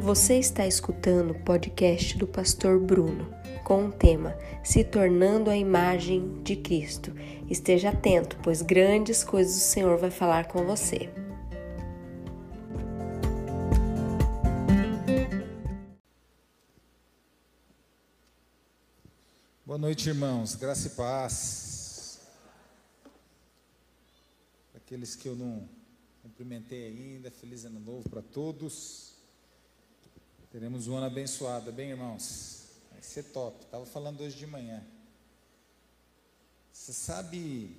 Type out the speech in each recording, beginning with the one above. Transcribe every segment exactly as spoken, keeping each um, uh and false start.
Você está escutando o podcast do pastor Bruno, com o tema Se Tornando a Imagem de Cristo. Esteja atento, pois grandes coisas o Senhor vai falar com você. Boa noite, irmãos. Graça e paz. Aqueles que eu não cumprimentei ainda, feliz ano novo para todos. Teremos um ano abençoado, bem, irmãos? Vai ser top. Estava falando hoje de manhã. Você sabe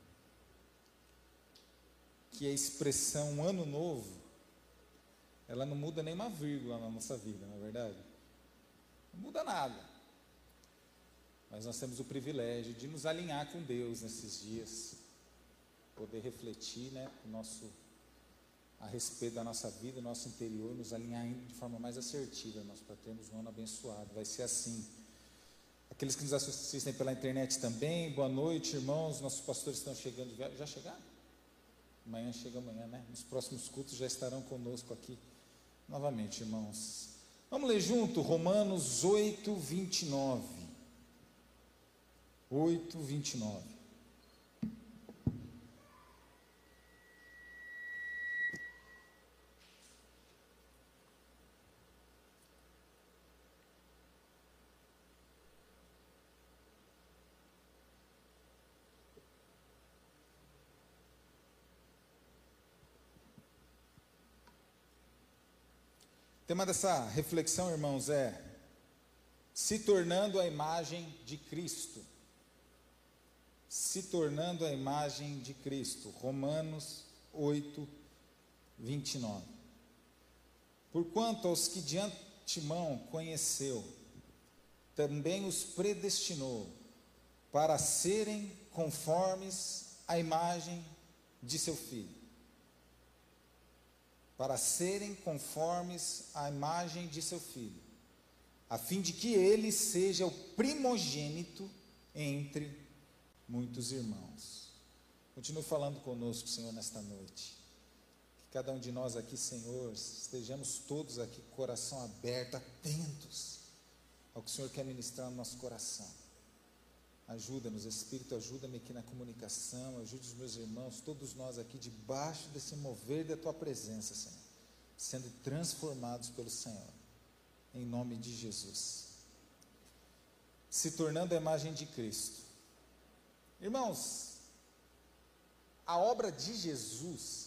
que a expressão ano novo, ela não muda nem uma vírgula na nossa vida, não é verdade? Não muda nada. Mas nós temos o privilégio de nos alinhar com Deus nesses dias, poder refletir, né, o nosso, a respeito da nossa vida, do nosso interior, nos alinhar ainda de forma mais assertiva, irmãos, para termos um ano abençoado. Vai ser assim. Aqueles que nos assistem pela internet também, boa noite, irmãos. Nossos pastores estão chegando. Já chegaram? Amanhã chega amanhã, né? Nos próximos cultos já estarão conosco aqui novamente, irmãos. Vamos ler junto Romanos oito, vinte e nove. oito, vinte e nove. O tema dessa reflexão, irmãos, é se tornando a imagem de Cristo. Se tornando a imagem de Cristo. Romanos oito, vinte e nove. Porquanto aos que de antemão conheceu, também os predestinou para serem conformes à imagem de seu Filho. Para serem conformes à imagem de seu Filho, a fim de que ele seja o primogênito entre muitos irmãos. Continue falando conosco, Senhor, nesta noite. Que cada um de nós aqui, Senhor, estejamos todos aqui com o coração aberto, atentos ao que o Senhor quer ministrar no nosso coração. Ajuda-nos, Espírito, ajuda-me aqui na comunicação, ajude os meus irmãos, todos nós aqui debaixo desse mover da Tua presença, Senhor, sendo transformados pelo Senhor, em nome de Jesus. Se tornando a imagem de Cristo. Irmãos, a obra de Jesus,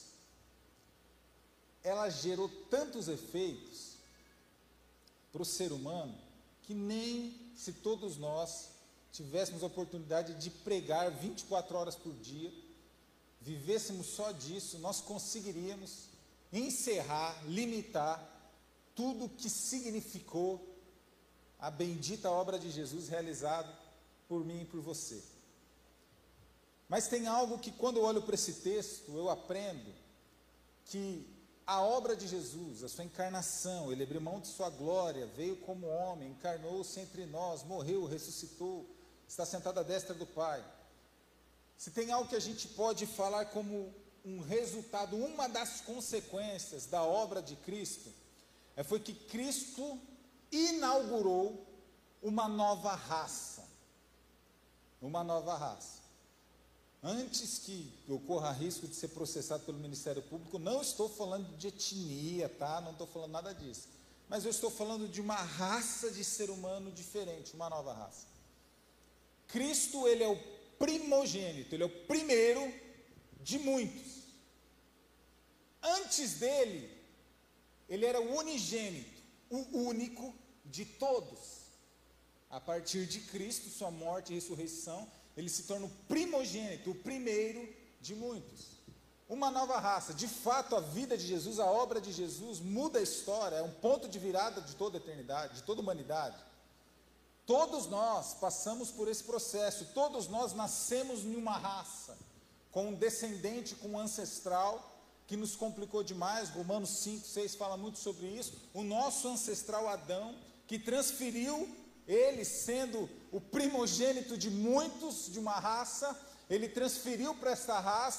ela gerou tantos efeitos para o ser humano, que nem se todos nós tivéssemos a oportunidade de pregar vinte e quatro horas por dia, vivêssemos só disso, nós conseguiríamos encerrar, limitar tudo que significou a bendita obra de Jesus realizada por mim e por você. Mas tem algo que quando eu olho para esse texto, eu aprendo que a obra de Jesus, a sua encarnação, ele abriu mão de sua glória, veio como homem, encarnou-se entre nós, morreu, ressuscitou, está sentado à destra do Pai. Se tem algo que a gente pode falar como um resultado, uma das consequências da obra de Cristo, é foi que Cristo inaugurou uma nova raça. Uma nova raça. Antes que ocorra risco de ser processado pelo Ministério Público, não estou falando de etnia, tá? Não estou falando nada disso. Mas eu estou falando de uma raça de ser humano diferente, uma nova raça. Cristo, ele é o primogênito, ele é o primeiro de muitos. Antes dele, ele era o unigênito, o único de todos. A partir de Cristo, sua morte e ressurreição, ele se torna o primogênito, o primeiro de muitos. Uma nova raça. De fato, a vida de Jesus, a obra de Jesus muda a história, é um ponto de virada de toda a eternidade, de toda a humanidade. Todos nós passamos por esse processo, todos nós nascemos em uma raça, com um descendente, com um ancestral, que nos complicou demais. Romanos cinco, seis fala muito sobre isso. O nosso ancestral Adão, que transferiu, ele sendo o primogênito de muitos, de uma raça, ele transferiu para essa raça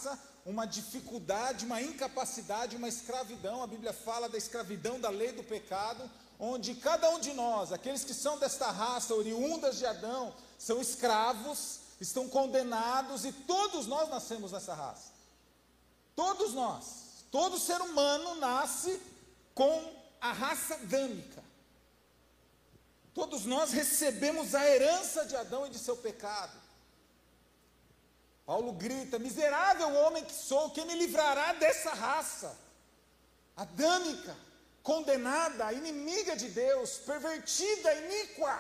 uma dificuldade, uma incapacidade, uma escravidão. A Bíblia fala da escravidão da lei do pecado, onde cada um de nós, aqueles que são desta raça, oriundas de Adão, são escravos, estão condenados, e todos nós nascemos nessa raça. Todos nós, todo ser humano nasce com a raça adâmica. Todos nós recebemos a herança de Adão e de seu pecado. Paulo grita: miserável homem que sou, quem me livrará dessa raça adâmica, condenada, inimiga de Deus, pervertida, iníqua?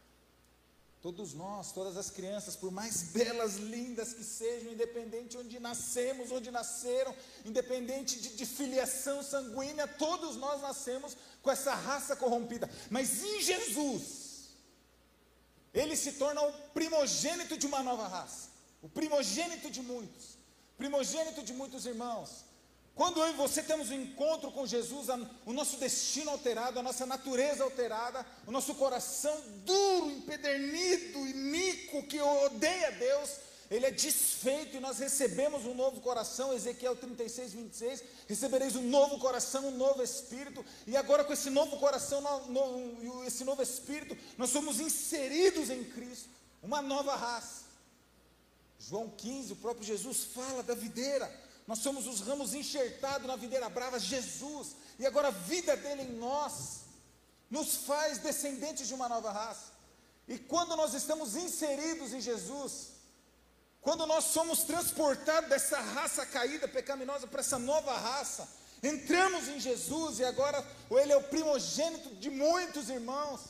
Todos nós, todas as crianças, por mais belas, lindas que sejam, independente onde nascemos, onde nasceram, independente de, de filiação sanguínea, todos nós nascemos com essa raça corrompida. Mas em Jesus, Ele se torna o primogênito de uma nova raça, o primogênito de muitos, primogênito de muitos irmãos. Quando eu e você temos um encontro com Jesus, o nosso destino alterado, a nossa natureza alterada, o nosso coração duro, empedernido, iníquo, que odeia Deus, ele é desfeito e nós recebemos um novo coração. Ezequiel trinta e seis, vinte e seis, recebereis um novo coração, um novo espírito, e agora com esse novo coração, no, no, esse novo espírito, nós somos inseridos em Cristo, uma nova raça. João quinze, o próprio Jesus fala da videira. Nós somos os ramos enxertados na videira brava, Jesus, e agora a vida dele em nós, nos faz descendentes de uma nova raça. E quando nós estamos inseridos em Jesus, quando nós somos transportados dessa raça caída, pecaminosa, para essa nova raça, entramos em Jesus, e agora ele é o primogênito de muitos irmãos,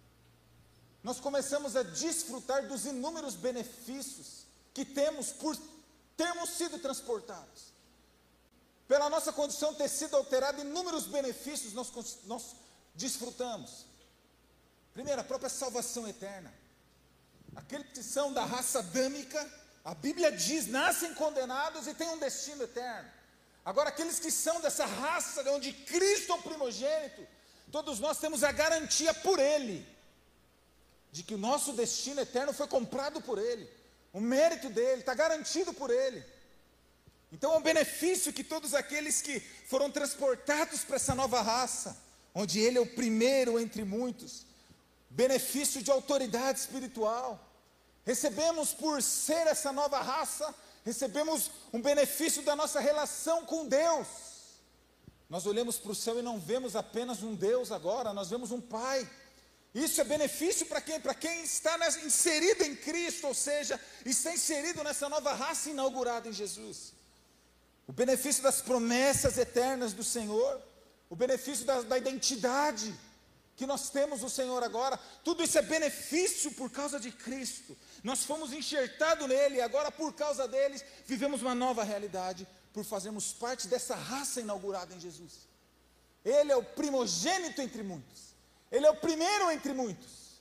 nós começamos a desfrutar dos inúmeros benefícios que temos por termos sido transportados. Pela nossa condição ter sido alterada, inúmeros benefícios nós, nós desfrutamos. Primeiro, a própria salvação eterna. Aqueles que são da raça adâmica, a Bíblia diz, nascem condenados e têm um destino eterno. Agora, aqueles que são dessa raça, onde Cristo é o primogênito, todos nós temos a garantia por Ele, de que o nosso destino eterno foi comprado por Ele. O mérito dele está garantido por Ele. Então é um benefício que todos aqueles que foram transportados para essa nova raça, onde Ele é o primeiro entre muitos, benefício de autoridade espiritual. Recebemos por ser essa nova raça, recebemos um benefício da nossa relação com Deus. Nós olhamos para o céu e não vemos apenas um Deus agora, nós vemos um Pai. Isso é benefício para quem? Para quem está inserido em Cristo, ou seja, está inserido nessa nova raça inaugurada em Jesus. O benefício das promessas eternas do Senhor, o benefício da, da identidade que nós temos no Senhor agora, tudo isso é benefício por causa de Cristo. Nós fomos enxertados nele, e agora por causa deles, vivemos uma nova realidade, por fazermos parte dessa raça inaugurada em Jesus. Ele é o primogênito entre muitos. Ele é o primeiro entre muitos.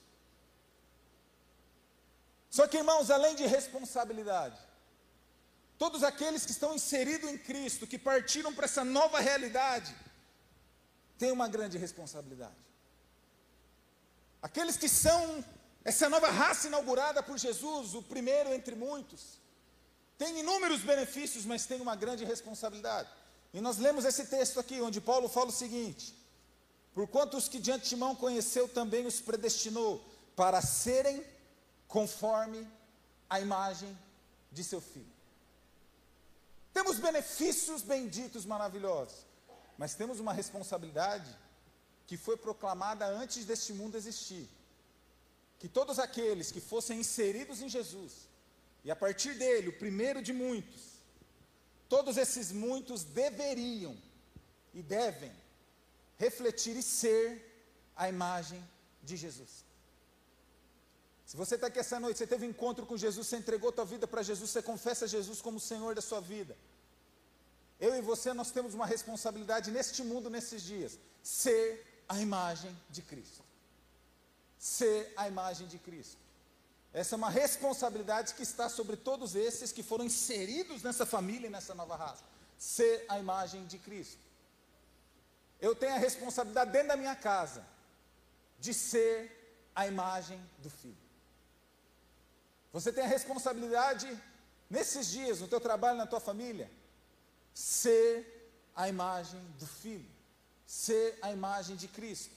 Só que, irmãos, além de responsabilidade, todos aqueles que estão inseridos em Cristo, que partiram para essa nova realidade, têm uma grande responsabilidade. Aqueles que são essa nova raça inaugurada por Jesus, o primeiro entre muitos, têm inúmeros benefícios, mas têm uma grande responsabilidade. E nós lemos esse texto aqui, onde Paulo fala o seguinte: porquanto os que de antemão conheceu, também os predestinou para serem conforme a imagem de seu Filho. Temos benefícios benditos, maravilhosos, mas temos uma responsabilidade que foi proclamada antes deste mundo existir, que todos aqueles que fossem inseridos em Jesus, e a partir dele, o primeiro de muitos, todos esses muitos deveriam e devem refletir e ser a imagem de Jesus. Se você está aqui essa noite, você teve um encontro com Jesus, você entregou tua vida para Jesus, você confessa Jesus como o Senhor da sua vida. Eu e você, nós temos uma responsabilidade neste mundo, nesses dias, ser a imagem de Cristo. Ser a imagem de Cristo. Essa é uma responsabilidade que está sobre todos esses que foram inseridos nessa família e nessa nova raça. Ser a imagem de Cristo. Eu tenho a responsabilidade dentro da minha casa de ser a imagem do Filho. Você tem a responsabilidade nesses dias, no teu trabalho, na tua família, ser a imagem do Filho, ser a imagem de Cristo.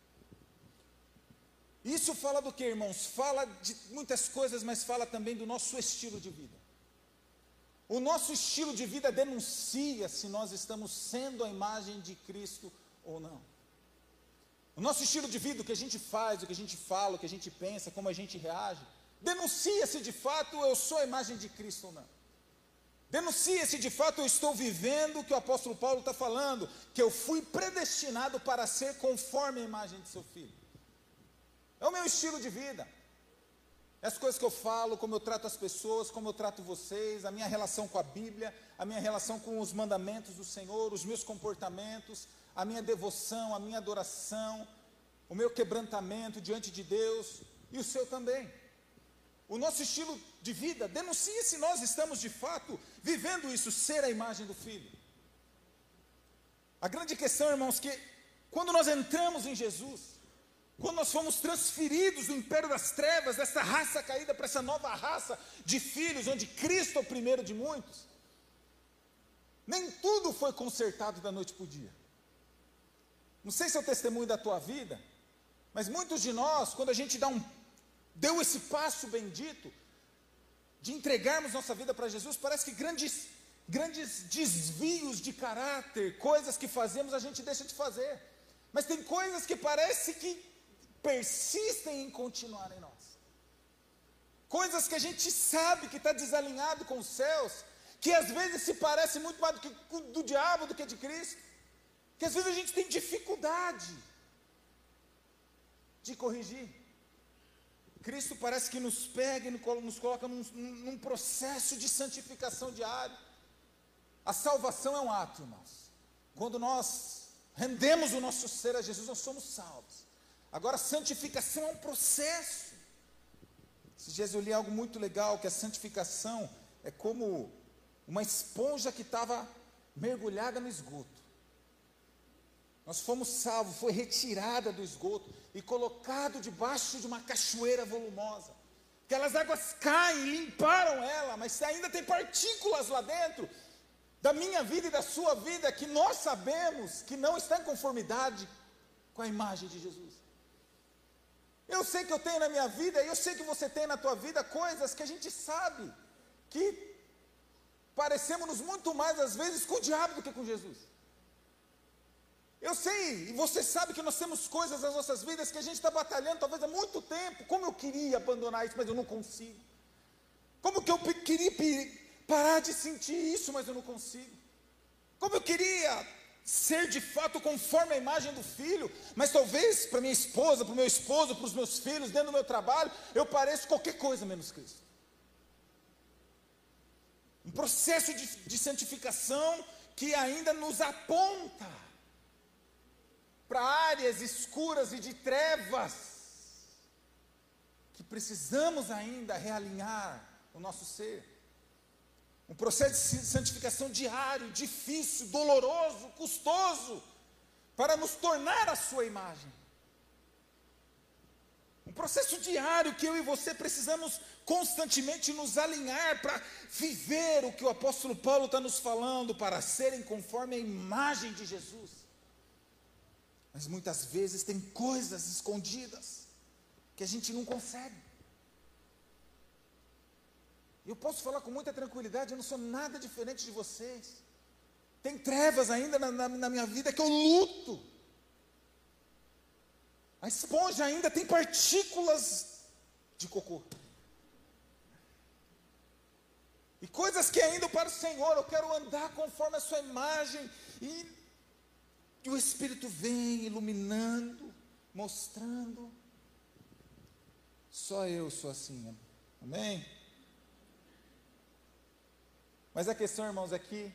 Isso fala do que, irmãos? Fala de muitas coisas, mas fala também do nosso estilo de vida. O nosso estilo de vida denuncia se nós estamos sendo a imagem de Cristo ou não. O nosso estilo de vida, o que a gente faz, o que a gente fala, o que a gente pensa, como a gente reage, denuncia se de fato eu sou a imagem de Cristo ou não. Denuncia se de fato eu estou vivendo o que o apóstolo Paulo está falando, que eu fui predestinado para ser conforme a imagem de seu Filho. É o meu estilo de vida. As coisas que eu falo, como eu trato as pessoas, como eu trato vocês, a minha relação com a Bíblia, a minha relação com os mandamentos do Senhor, os meus comportamentos, a minha devoção, a minha adoração, o meu quebrantamento diante de Deus e o seu também. O nosso estilo de vida denuncia se nós estamos de fato vivendo isso, ser a imagem do Filho. A grande questão, irmãos, que quando nós entramos em Jesus, quando nós fomos transferidos do império das trevas, dessa raça caída para essa nova raça de filhos, onde Cristo é o primeiro de muitos, nem tudo foi consertado da noite para o dia. Não sei se é o testemunho da tua vida, mas muitos de nós, quando a gente dá um, deu esse passo bendito, de entregarmos nossa vida para Jesus, parece que grandes, grandes desvios de caráter, coisas que fazemos, a gente deixa de fazer. Mas tem coisas que parece que persistem em continuar em nós. Coisas que a gente sabe que está desalinhado com os céus, que às vezes se parece muito mais do, que, do diabo do que de Cristo, que às vezes a gente tem dificuldade de corrigir. Cristo parece que nos pega e nos coloca num, num processo de santificação diário. A salvação é um ato, irmãos. Quando nós rendemos o nosso ser a Jesus, nós somos salvos. Agora, a santificação é um processo. Esses dias eu li algo muito legal, que a santificação é como uma esponja que estava mergulhada no esgoto. Nós fomos salvos, foi retirada do esgoto e colocado debaixo de uma cachoeira volumosa. Aquelas águas caem, limparam ela, mas ainda tem partículas lá dentro, da minha vida e da sua vida, que nós sabemos que não está em conformidade com a imagem de Jesus. Eu sei que eu tenho na minha vida, e eu sei que você tem na tua vida, coisas que a gente sabe, que parecemos muito mais às vezes com o diabo do que com Jesus. Eu sei, e você sabe que nós temos coisas nas nossas vidas que a gente está batalhando talvez há muito tempo. Como eu queria abandonar isso, mas eu não consigo. Como que eu queria parar de sentir isso, mas eu não consigo. Como eu queria ser de fato conforme a imagem do Filho, mas talvez para minha esposa, para o meu esposo, para os meus filhos, dentro do meu trabalho, eu pareço qualquer coisa menos Cristo. Um processo de, de santificação que ainda nos aponta para áreas escuras e de trevas, que precisamos ainda realinhar o nosso ser. Um processo de santificação diário, difícil, doloroso, custoso, para nos tornar a sua imagem. Um processo diário que eu e você precisamos constantemente nos alinhar para viver o que o apóstolo Paulo está nos falando, para serem conforme a imagem de Jesus. Mas muitas vezes tem coisas escondidas que a gente não consegue. Eu posso falar com muita tranquilidade, eu não sou nada diferente de vocês. Tem trevas ainda na, na, na minha vida que eu luto. A esponja ainda tem partículas de cocô. E coisas que ainda para o Senhor, eu quero andar conforme a sua imagem. E, e o Espírito vem iluminando, mostrando. Só eu sou assim, amém? Mas a questão, irmãos, é que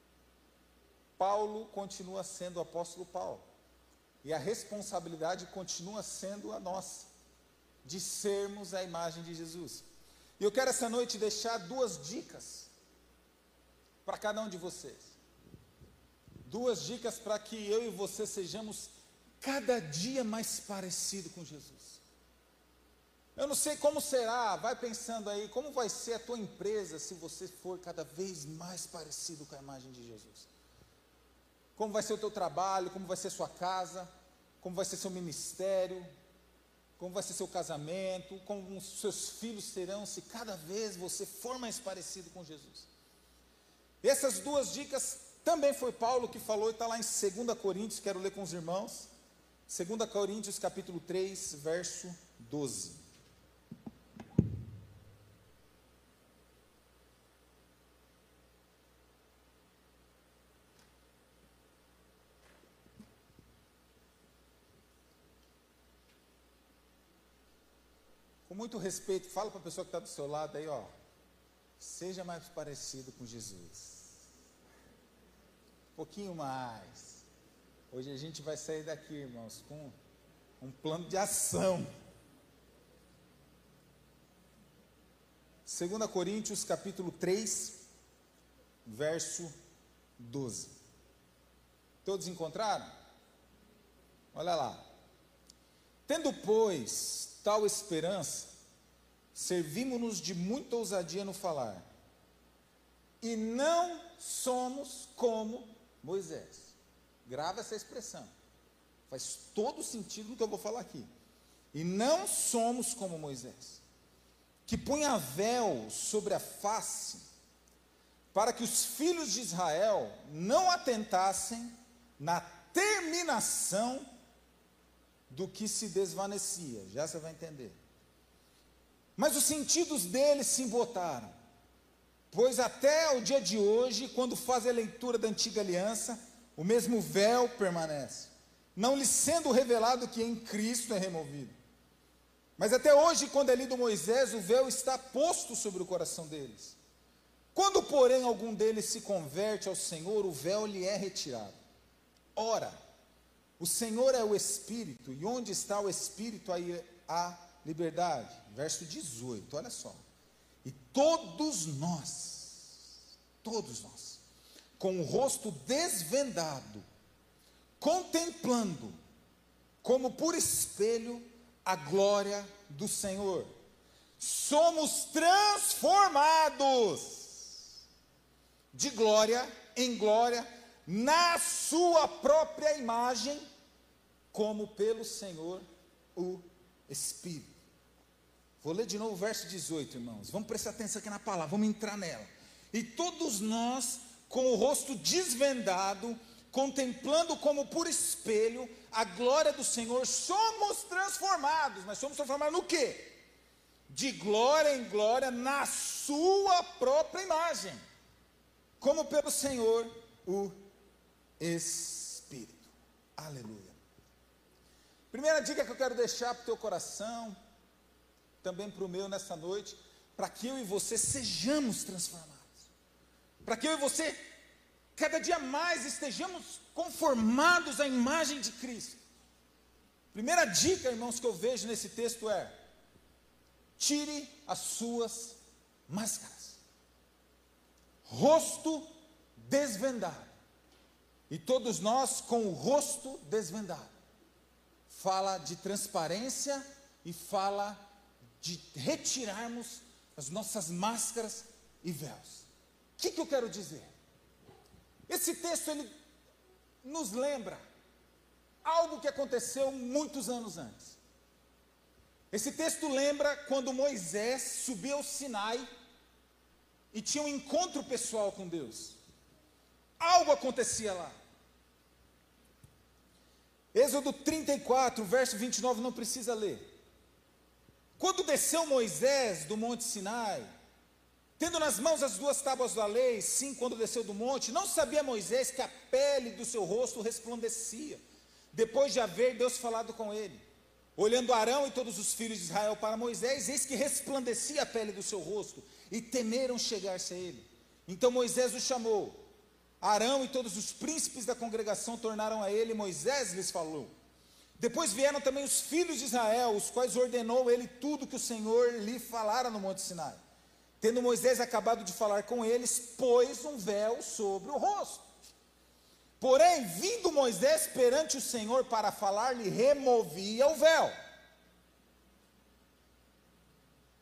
Paulo continua sendo o apóstolo Paulo. E a responsabilidade continua sendo a nossa, de sermos a imagem de Jesus. E eu quero essa noite deixar duas dicas para cada um de vocês. Duas dicas para que eu e você sejamos cada dia mais parecidos com Jesus. Eu não sei como será, vai pensando aí, como vai ser a tua empresa se você for cada vez mais parecido com a imagem de Jesus. Como vai ser o teu trabalho, como vai ser sua casa, como vai ser seu ministério, como vai ser seu casamento, como os seus filhos serão se cada vez você for mais parecido com Jesus. Essas duas dicas também foi Paulo que falou, e está lá em segunda Coríntios, quero ler com os irmãos, segunda Coríntios capítulo três, verso doze. Com muito respeito, fala para a pessoa que está do seu lado aí, ó, seja mais parecido com Jesus, um pouquinho mais. Hoje a gente vai sair daqui, irmãos, com um plano de ação. segunda Coríntios capítulo três, verso doze. Todos encontraram? Olha lá. Tendo, pois, tal esperança, servimos-nos de muita ousadia no falar, e não somos como Moisés. Grava essa expressão, faz todo sentido no que eu vou falar aqui. E não somos como Moisés, que punha véu sobre a face, para que os filhos de Israel não atentassem na terminação do que se desvanecia, já você vai entender. Mas os sentidos deles se embotaram, pois até o dia de hoje, quando fazem a leitura da antiga aliança, o mesmo véu permanece, não lhes sendo revelado que em Cristo é removido. Mas até hoje, quando é lido Moisés, o véu está posto sobre o coração deles. Quando, porém, algum deles se converte ao Senhor, o véu lhe é retirado. Ora, o Senhor é o Espírito, e onde está o Espírito, aí há liberdade. Verso dezoito, olha só. E todos nós, todos nós, com o rosto desvendado, contemplando, como por espelho, a glória do Senhor, somos transformados de glória em glória, na sua própria imagem, como pelo Senhor o Espírito. Vou ler de novo o verso dezoito, irmãos. Vamos prestar atenção aqui na palavra, vamos entrar nela. E todos nós, com o rosto desvendado, contemplando como por espelho a glória do Senhor, somos transformados. Mas somos transformados no quê? De glória em glória, na sua própria imagem, como pelo Senhor o Espírito. Aleluia. Primeira dica que eu quero deixar para o teu coração, também para o meu nessa noite, para que eu e você sejamos transformados, para que eu e você cada dia mais estejamos conformados à imagem de Cristo. Primeira dica, irmãos, que eu vejo nesse texto é: tire as suas máscaras, rosto desvendado. E todos nós com o rosto desvendado, fala de transparência e fala de retirarmos as nossas máscaras e véus. O que, que eu quero dizer? Esse texto, ele nos lembra algo que aconteceu muitos anos antes. Esse texto lembra quando Moisés subiu ao Sinai e tinha um encontro pessoal com Deus. Algo acontecia lá. Êxodo trinta e quatro, verso vinte e nove, não precisa ler. Quando desceu Moisés do monte Sinai, tendo nas mãos as duas tábuas da lei, sim, quando desceu do monte, não sabia Moisés que a pele do seu rosto resplandecia, depois de haver Deus falado com ele. Olhando Arão e todos os filhos de Israel para Moisés, eis que resplandecia a pele do seu rosto, e temeram chegar-se a ele. Então Moisés o chamou. Arão e todos os príncipes da congregação tornaram a ele, e Moisés lhes falou. Depois vieram também os filhos de Israel, os quais ordenou ele tudo que o Senhor lhe falara no monte Sinai. Tendo Moisés acabado de falar com eles, pôs um véu sobre o rosto. Porém, vindo Moisés perante o Senhor para falar, lhe removia o véu.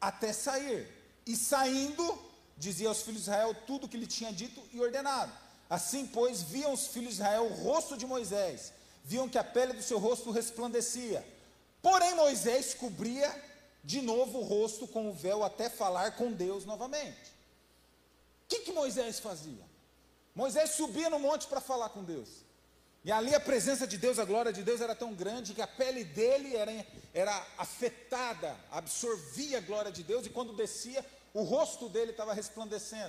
até sair. E saindo, dizia aos filhos de Israel tudo o que lhe tinha dito e ordenado. Assim, pois, viam os filhos de Israel o rosto de Moisés, viam que a pele do seu rosto resplandecia. Porém, Moisés cobria de novo o rosto com o véu até falar com Deus novamente. O que, que Moisés fazia? Moisés subia no monte para falar com Deus. E ali a presença de Deus, a glória de Deus era tão grande que a pele dele era, era afetada, absorvia a glória de Deus, e quando descia, o rosto dele estava resplandecendo.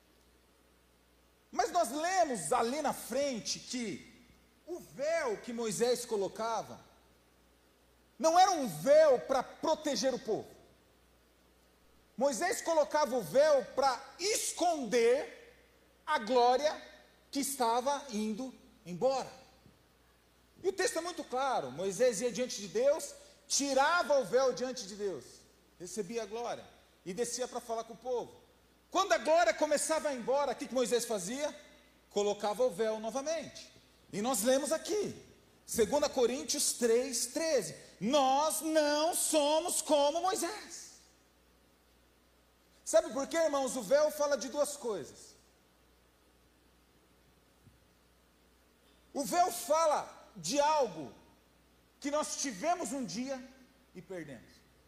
Mas nós lemos ali na frente que o véu que Moisés colocava não era um véu para proteger o povo. Moisés colocava o véu para esconder a glória que estava indo embora. E o texto é muito claro: Moisés ia diante de Deus, tirava o véu diante de Deus, recebia a glória e descia para falar com o povo. Quando a glória começava a ir embora, o que, que Moisés fazia? Colocava o véu novamente. E nós lemos aqui, dois Coríntios três, treze, nós não somos como Moisés. Sabe por quê, irmãos? O véu fala de duas coisas. O véu fala de algo que nós tivemos um dia e perdemos.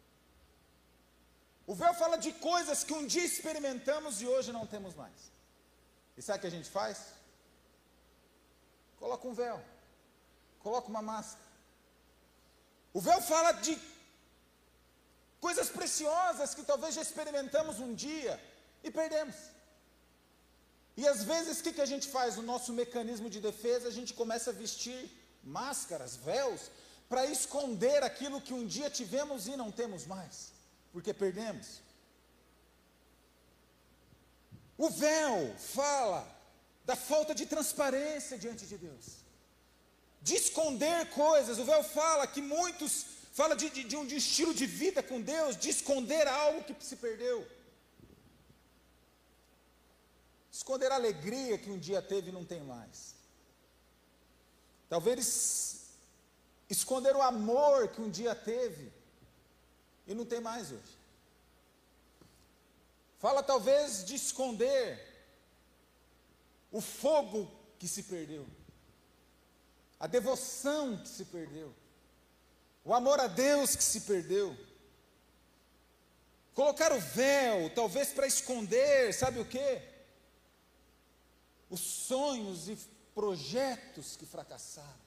O véu fala de coisas que um dia experimentamos e hoje não temos mais. E sabe o que a gente faz? Coloca um véu, coloca uma máscara. O véu fala de coisas preciosas que talvez já experimentamos um dia e perdemos. E às vezes o que, que a gente faz? O nosso mecanismo de defesa, a gente começa a vestir máscaras, véus, para esconder aquilo que um dia tivemos e não temos mais, porque perdemos. O véu fala da falta de transparência diante de Deus, de esconder coisas. O véu fala que muitos, fala de, de, de, um, de um estilo de vida com Deus, de esconder algo que se perdeu. Esconder a alegria que um dia teve e não tem mais. Talvez esconder o amor que um dia teve e não tem mais hoje. Fala talvez de esconder o fogo que se perdeu, a devoção que se perdeu, o amor a Deus que se perdeu. Colocar o véu, talvez para esconder, sabe o quê? Os sonhos e projetos que fracassaram.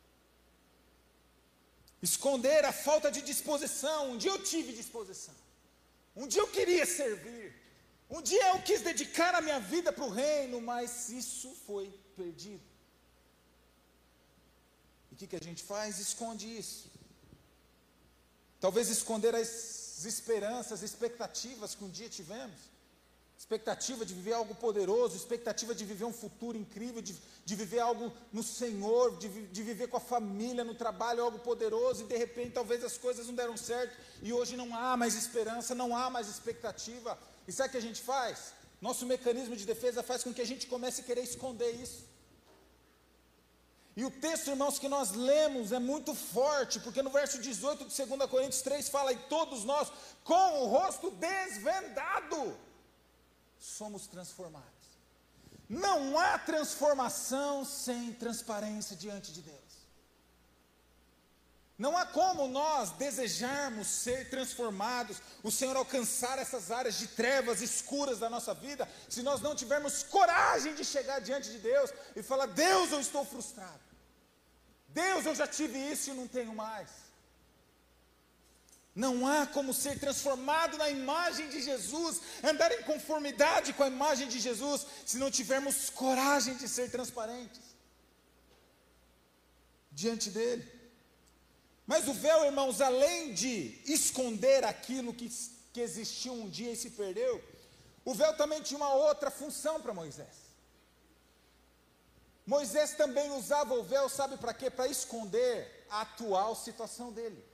Esconder a falta de disposição. Um dia eu tive disposição, um dia eu queria servir, um dia eu quis dedicar a minha vida para o reino, mas isso foi perdido. E o que, que a gente faz? Esconde isso. Talvez esconder as esperanças, expectativas que um dia tivemos. Expectativa de viver algo poderoso, expectativa de viver um futuro incrível, de, de viver algo no Senhor, de, de viver com a família, no trabalho, algo poderoso, e de repente talvez as coisas não deram certo, e hoje não há mais esperança, não há mais expectativa. E sabe o que a gente faz? Nosso mecanismo de defesa faz com que a gente comece a querer esconder isso. E o texto, irmãos, que nós lemos é muito forte, porque no verso dezoito de dois Coríntios três fala: e todos nós, com o rosto desvendado, somos transformados. Não há transformação sem transparência diante de Deus. Não há como nós desejarmos ser transformados, o Senhor alcançar essas áreas de trevas escuras da nossa vida, se nós não tivermos coragem de chegar diante de Deus e falar: Deus, eu estou frustrado. Deus, eu já tive isso e não tenho mais. Não há como ser transformado na imagem de Jesus, andar em conformidade com a imagem de Jesus, se não tivermos coragem de ser transparentes diante dele. Mas o véu, irmãos, além de esconder aquilo que, que existiu um dia e se perdeu, o véu também tinha uma outra função para Moisés. Moisés também usava o véu, sabe para quê? Para esconder a atual situação dele.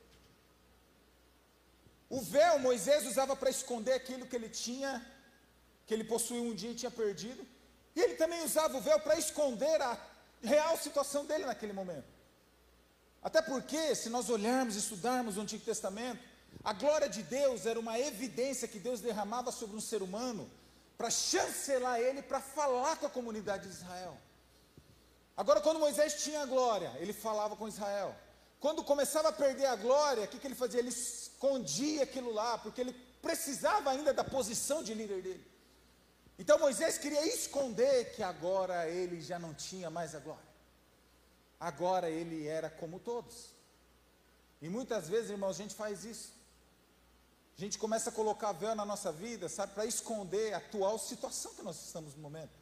O véu Moisés usava para esconder aquilo que ele tinha, que ele possuía um dia e tinha perdido. E ele também usava o véu para esconder a real situação dele naquele momento. Até porque, se nós olharmos e estudarmos o Antigo Testamento, A glória de Deus era uma evidência que Deus derramava sobre um ser humano para chancelar ele, para falar com a comunidade de Israel. Agora, quando Moisés tinha a glória, ele falava com Israel. Quando começava a perder a glória, o que, que ele fazia? Ele escondia aquilo lá, porque ele precisava ainda da posição de líder dele. Então Moisés queria esconder que agora ele já não tinha mais a glória. Agora ele era como todos. E muitas vezes, irmãos, a gente faz isso. A gente começa a colocar véu na nossa vida, sabe, para esconder a atual situação que nós estamos no momento.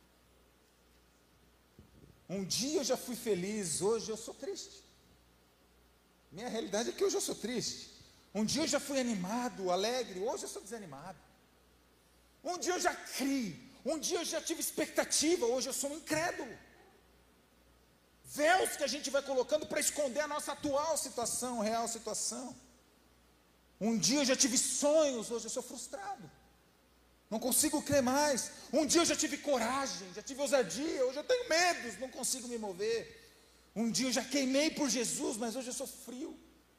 Um dia eu já fui feliz, hoje eu sou triste. Minha realidade é que hoje eu sou triste. Um dia eu já fui animado, alegre, hoje eu sou desanimado. Um dia eu já criei, um dia eu já tive expectativa, hoje eu sou um incrédulo. Véus que a gente vai colocando para esconder a nossa atual situação, real situação. Um dia eu já tive sonhos, hoje eu sou frustrado. Não consigo crer mais. Um dia eu já tive coragem, já tive ousadia, hoje eu tenho medos, não consigo me mover. Um dia eu já queimei por Jesus, mas hoje eu sou frio.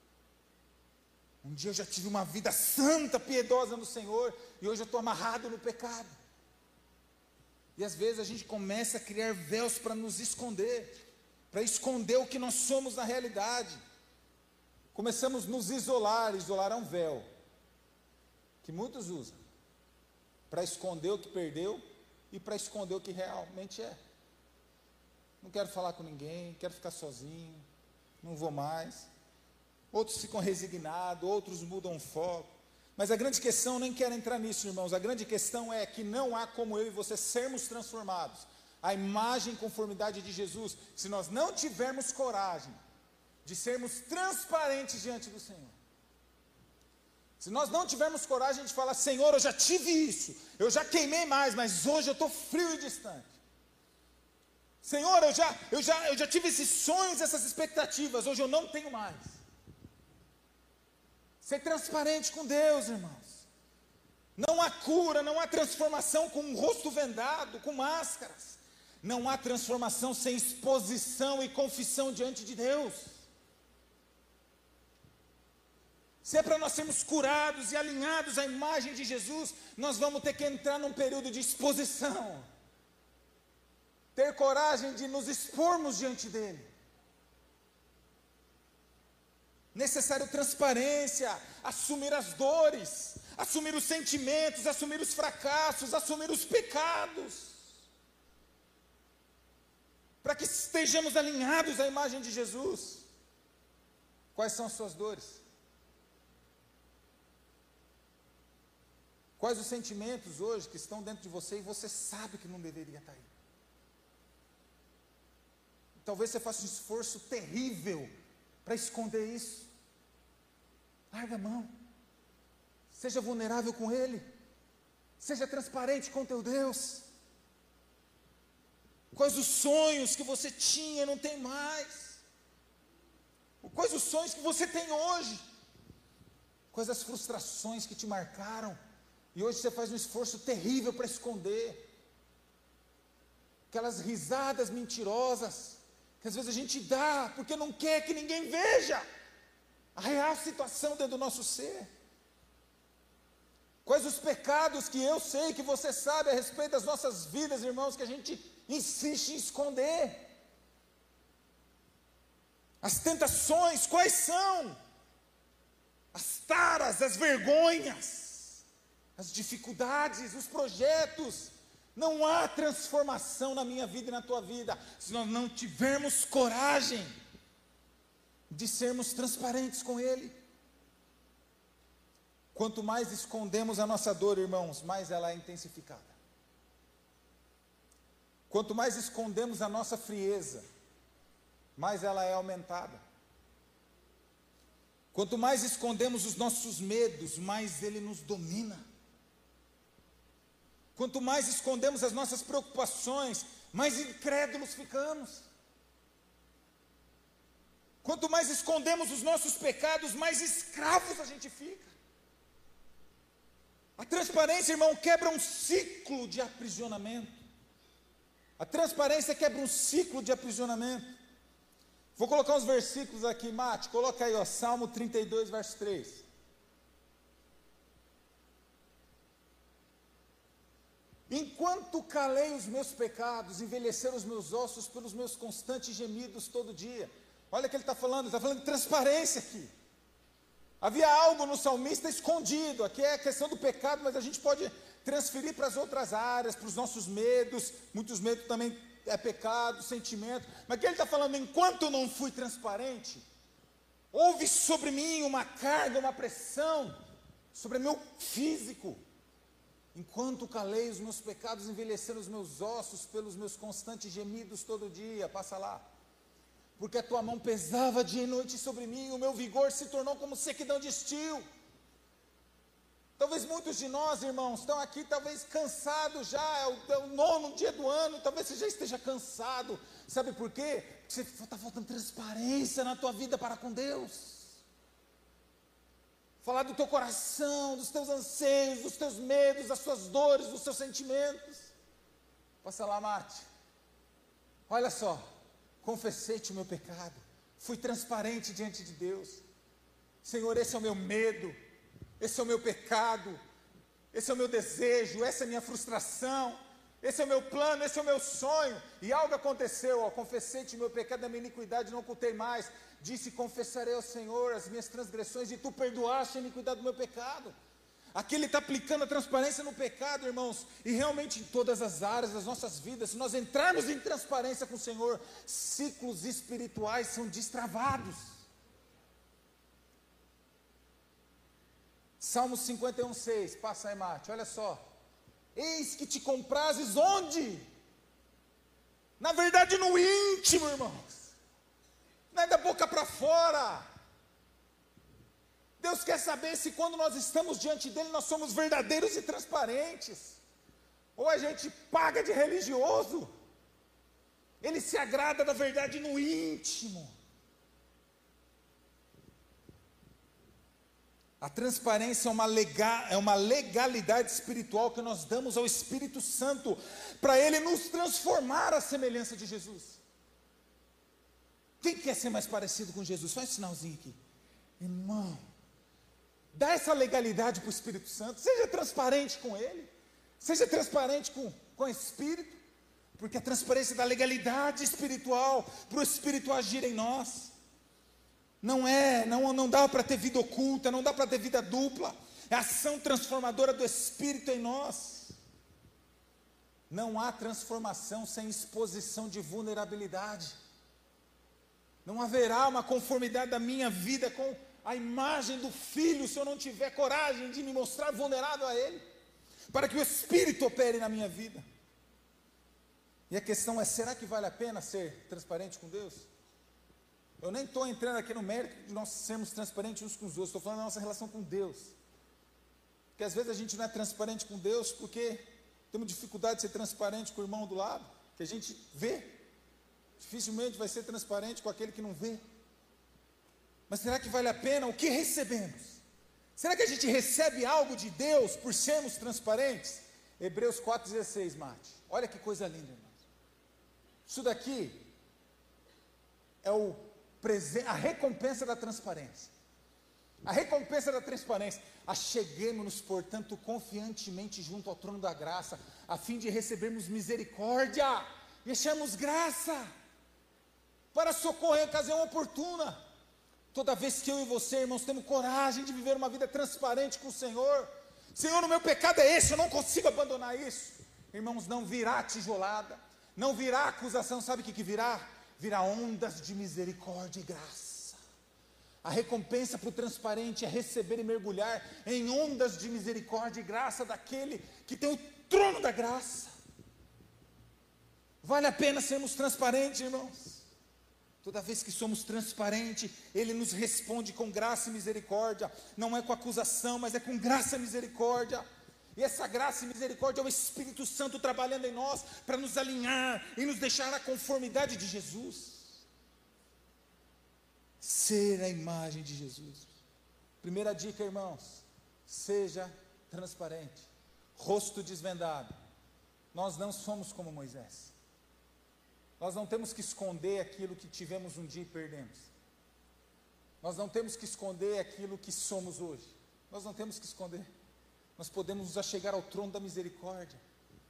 Um dia eu já tive uma vida santa, piedosa no Senhor, e hoje eu estou amarrado no pecado. E às vezes a gente começa a criar véus para nos esconder, para esconder o que nós somos na realidade. Começamos a nos isolar, isolar é um véu, que muitos usam, para esconder o que perdeu e para esconder o que realmente é. Não quero falar com ninguém, quero ficar sozinho, não vou mais. Outros ficam resignados, outros mudam o foco. Mas a grande questão, nem quero entrar nisso, irmãos, a grande questão é que não há como eu e você sermos transformados à imagem e conformidade de Jesus, se nós não tivermos coragem de sermos transparentes diante do Senhor. Se nós não tivermos coragem de falar, Senhor, eu já tive isso, eu já queimei mais, mas hoje eu estou frio e distante. Senhor, eu já, eu, já, eu já tive esses sonhos, essas expectativas, hoje eu não tenho mais. Ser transparente com Deus, irmãos. Não há cura, não há transformação com o rosto vendado, com máscaras. Não há transformação sem exposição e confissão diante de Deus. Se é para nós sermos curados e alinhados à imagem de Jesus, nós vamos ter que entrar num período de exposição. Ter coragem de nos expormos diante dEle. Necessário transparência, assumir as dores, assumir os sentimentos, assumir os fracassos, assumir os pecados. Para que estejamos alinhados à imagem de Jesus. Quais são as suas dores? Quais os sentimentos hoje que estão dentro de você e você sabe que não deveria estar aí? Talvez você faça um esforço terrível para esconder isso. Larga a mão. Seja vulnerável com Ele. Seja transparente com teu Deus. Quais os sonhos que você tinha e não tem mais? Quais os sonhos que você tem hoje? Quais as frustrações que te marcaram? E hoje você faz um esforço terrível para esconder. Aquelas risadas mentirosas que às vezes a gente dá porque não quer que ninguém veja a real situação dentro do nosso ser. Quais os pecados que eu sei, que você sabe a respeito das nossas vidas, irmãos, que a gente insiste em esconder? As tentações, quais são? As taras, as vergonhas, as dificuldades, os projetos. Não há transformação na minha vida e na tua vida, se nós não tivermos coragem de sermos transparentes com Ele. Quanto mais escondemos a nossa dor, irmãos, mais ela é intensificada. Quanto mais escondemos a nossa frieza, mais ela é aumentada. Quanto mais escondemos os nossos medos, mais ele nos domina. Quanto mais escondemos as nossas preocupações, mais incrédulos ficamos. Quanto mais escondemos os nossos pecados, mais escravos a gente fica. A transparência, irmão, quebra um ciclo de aprisionamento. A transparência quebra um ciclo de aprisionamento. Vou colocar uns versículos aqui, Mate, coloca aí, ó, Salmo trinta e dois, verso três. Enquanto calei os meus pecados, envelheceram os meus ossos pelos meus constantes gemidos todo dia. Olha o que ele está falando, ele está falando de transparência aqui. Havia algo no salmista escondido, aqui é a questão do pecado, mas a gente pode transferir para as outras áreas, para os nossos medos, muitos medos também é pecado, sentimento, mas aqui ele está falando, enquanto eu não fui transparente, houve sobre mim uma carga, uma pressão, sobre meu físico, enquanto calei os meus pecados, envelheceram os meus ossos pelos meus constantes gemidos todo dia, passa lá, porque a tua mão pesava dia e noite sobre mim, o meu vigor se tornou como sequidão de estio. Talvez muitos de nós, irmãos, estão aqui talvez cansados já, é o, é o nono dia do ano, talvez você já esteja cansado, sabe por quê? Porque está faltando transparência na tua vida para com Deus. Falar do teu coração, dos teus anseios, dos teus medos, das tuas dores, dos teus sentimentos. Passa lá, Marte. Olha só, confessei-te o meu pecado, fui transparente diante de Deus. Senhor, esse é o meu medo, esse é o meu pecado, esse é o meu desejo, essa é a minha frustração, esse é o meu plano, esse é o meu sonho. E algo aconteceu, ó, confessei-te o meu pecado, a minha iniquidade, não ocultei mais. Disse, confessarei ao Senhor as minhas transgressões, e tu perdoaste a iniquidade do meu pecado. Aqui ele está aplicando a transparência no pecado, irmãos, e realmente em todas as áreas das nossas vidas. Se nós entrarmos em transparência com o Senhor, ciclos espirituais são destravados. Salmos cinquenta e um, seis, passa aí, Mate, olha só. Eis que te comprases onde? Na verdade no íntimo, irmãos. Não é da boca para fora. Deus quer saber se quando nós estamos diante dele, nós somos verdadeiros e transparentes. Ou a gente paga de religioso. Ele se agrada da verdade no íntimo. A transparência é uma, lega, é uma legalidade espiritual que nós damos ao Espírito Santo, para ele nos transformar à semelhança de Jesus. Quem quer ser mais parecido com Jesus? Faz um sinalzinho aqui. Irmão, dá essa legalidade para o Espírito Santo, seja transparente com ele, seja transparente com, com o Espírito, porque a transparência da legalidade espiritual, para o Espírito agir em nós. Não é, não, não dá para ter vida oculta, não dá para ter vida dupla, é a ação transformadora do Espírito em nós. Não há transformação sem exposição de vulnerabilidade. Não haverá uma conformidade da minha vida com a imagem do Filho, se eu não tiver coragem de me mostrar vulnerável a Ele, para que o Espírito opere na minha vida. E a questão é, será que vale a pena ser transparente com Deus? Eu nem estou entrando aqui no mérito de nós sermos transparentes uns com os outros, estou falando da nossa relação com Deus. Porque às vezes a gente não é transparente com Deus porque temos dificuldade de ser transparente com o irmão do lado, que a gente vê. Dificilmente vai ser transparente com aquele que não vê. Mas será que vale a pena? O que recebemos? Será que a gente recebe algo de Deus por sermos transparentes? Hebreus quatro, dezesseis, Mate. Olha que coisa linda, irmãos. Isso daqui é o a recompensa da transparência. A recompensa da transparência. Acheguemo-nos, portanto, confiantemente junto ao trono da graça, a fim de recebermos misericórdia e acharmos graça para socorrer em ocasião oportuna. Toda vez que eu e você, irmãos, temos coragem de viver uma vida transparente com o Senhor, Senhor, o meu pecado é esse, eu não consigo abandonar isso. Irmãos, não virá tijolada, não virá acusação, sabe o que, que virá? Virá ondas de misericórdia e graça. A recompensa para o transparente é receber e mergulhar em ondas de misericórdia e graça daquele que tem o trono da graça. Vale a pena sermos transparentes, irmãos. Toda vez que somos transparentes, Ele nos responde com graça e misericórdia. Não é com acusação, mas é com graça e misericórdia. E essa graça e misericórdia é o Espírito Santo trabalhando em nós para nos alinhar e nos deixar na conformidade de Jesus. Ser a imagem de Jesus. Primeira dica, irmãos, seja transparente. Rosto desvendado. Nós não somos como Moisés. Nós não temos que esconder aquilo que tivemos um dia e perdemos. Nós não temos que esconder aquilo que somos hoje. Nós não temos que esconder. Nós podemos nos achegar ao trono da misericórdia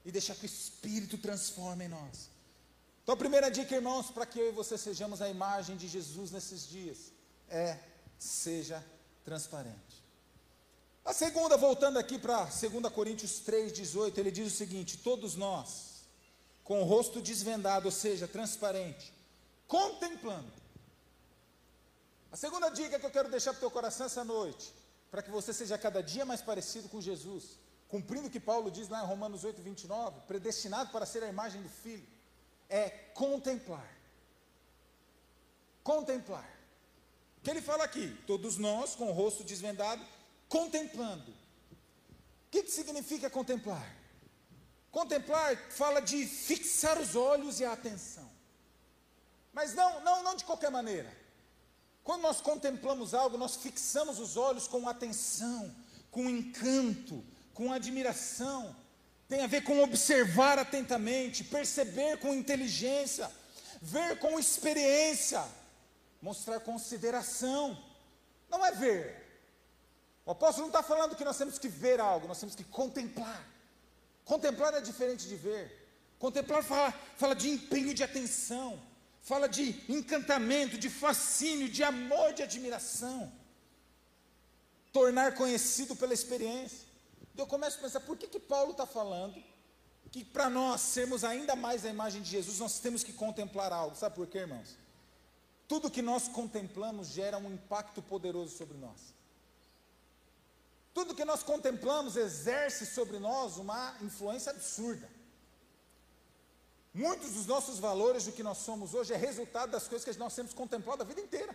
e deixar que o Espírito transforme em nós. Então a primeira dica, irmãos, para que eu e você sejamos a imagem de Jesus nesses dias, é: seja transparente. A segunda, voltando aqui para dois Coríntios três, dezoito, ele diz o seguinte: todos nós, com o rosto desvendado, ou seja, transparente, contemplando. A segunda dica que eu quero deixar para o teu coração essa noite, para que você seja cada dia mais parecido com Jesus, cumprindo o que Paulo diz lá em Romanos oito, vinte e nove, predestinado para ser a imagem do Filho, é contemplar. Contemplar. O que ele fala aqui? Todos nós, com o rosto desvendado, contemplando. O que, que significa contemplar? Contemplar fala de fixar os olhos e a atenção. Mas não, não, não de qualquer maneira. Quando nós contemplamos algo, nós fixamos os olhos com atenção, com encanto, com admiração. Tem a ver com observar atentamente, perceber com inteligência, ver com experiência, mostrar consideração. Não é ver. O apóstolo não está falando que nós temos que ver algo, nós temos que contemplar. Contemplar é diferente de ver. Contemplar fala, fala de empenho de atenção, fala de encantamento, de fascínio, de amor, de admiração. Tornar conhecido pela experiência. Então eu começo a pensar, por que que Paulo está falando que para nós sermos ainda mais a imagem de Jesus, nós temos que contemplar algo? Sabe por quê, irmãos? Tudo que nós contemplamos gera um impacto poderoso sobre nós. Tudo que nós contemplamos exerce sobre nós uma influência absurda. Muitos dos nossos valores, do que nós somos hoje, é resultado das coisas que nós temos contemplado a vida inteira.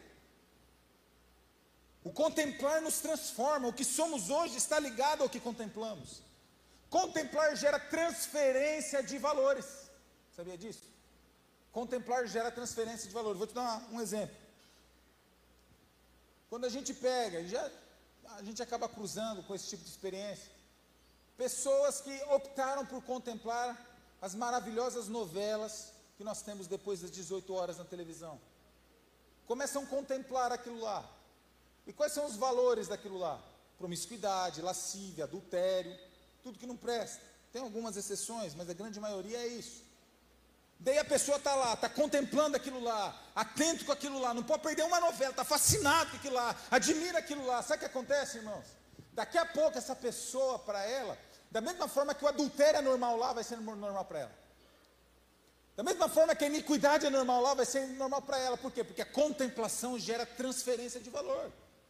O contemplar nos transforma. O que somos hoje está ligado ao que contemplamos. Contemplar gera transferência de valores. Sabia disso? Contemplar gera transferência de valores. Vou te dar um exemplo. Quando a gente pega, já, a gente acaba cruzando com esse tipo de experiência. Pessoas que optaram por contemplar as maravilhosas novelas que nós temos depois das dezoito horas na televisão. Começam a contemplar aquilo lá. E quais são os valores daquilo lá? Promiscuidade, lascívia, adultério, tudo que não presta. Tem algumas exceções, mas a grande maioria é isso. Daí a pessoa está lá, está contemplando aquilo lá, atento com aquilo lá, não pode perder uma novela, está fascinado com aquilo lá, admira aquilo lá. Sabe o que acontece, irmãos? Daqui a pouco essa pessoa, para ela, da mesma forma que o adultério é normal lá, vai ser normal para ela. Da mesma forma que a iniquidade é normal lá, vai ser normal para ela. Por quê? Porque a contemplação gera transferência de valor.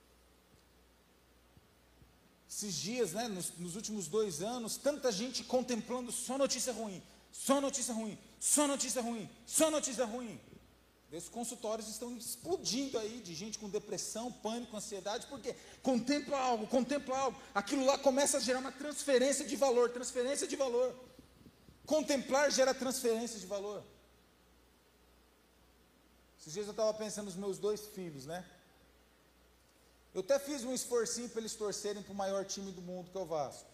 Esses dias, né, nos, nos últimos dois anos, tanta gente contemplando só notícia ruim, só notícia ruim, só notícia ruim, só notícia ruim. Os consultórios estão explodindo aí de gente com depressão, pânico, ansiedade, porque contempla algo, contempla algo, aquilo lá começa a gerar uma transferência de valor, transferência de valor. Contemplar gera transferência de valor. Esses dias eu estava pensando nos meus dois filhos, né? Eu até fiz um esforcinho para eles torcerem para o maior time do mundo, que é o Vasco.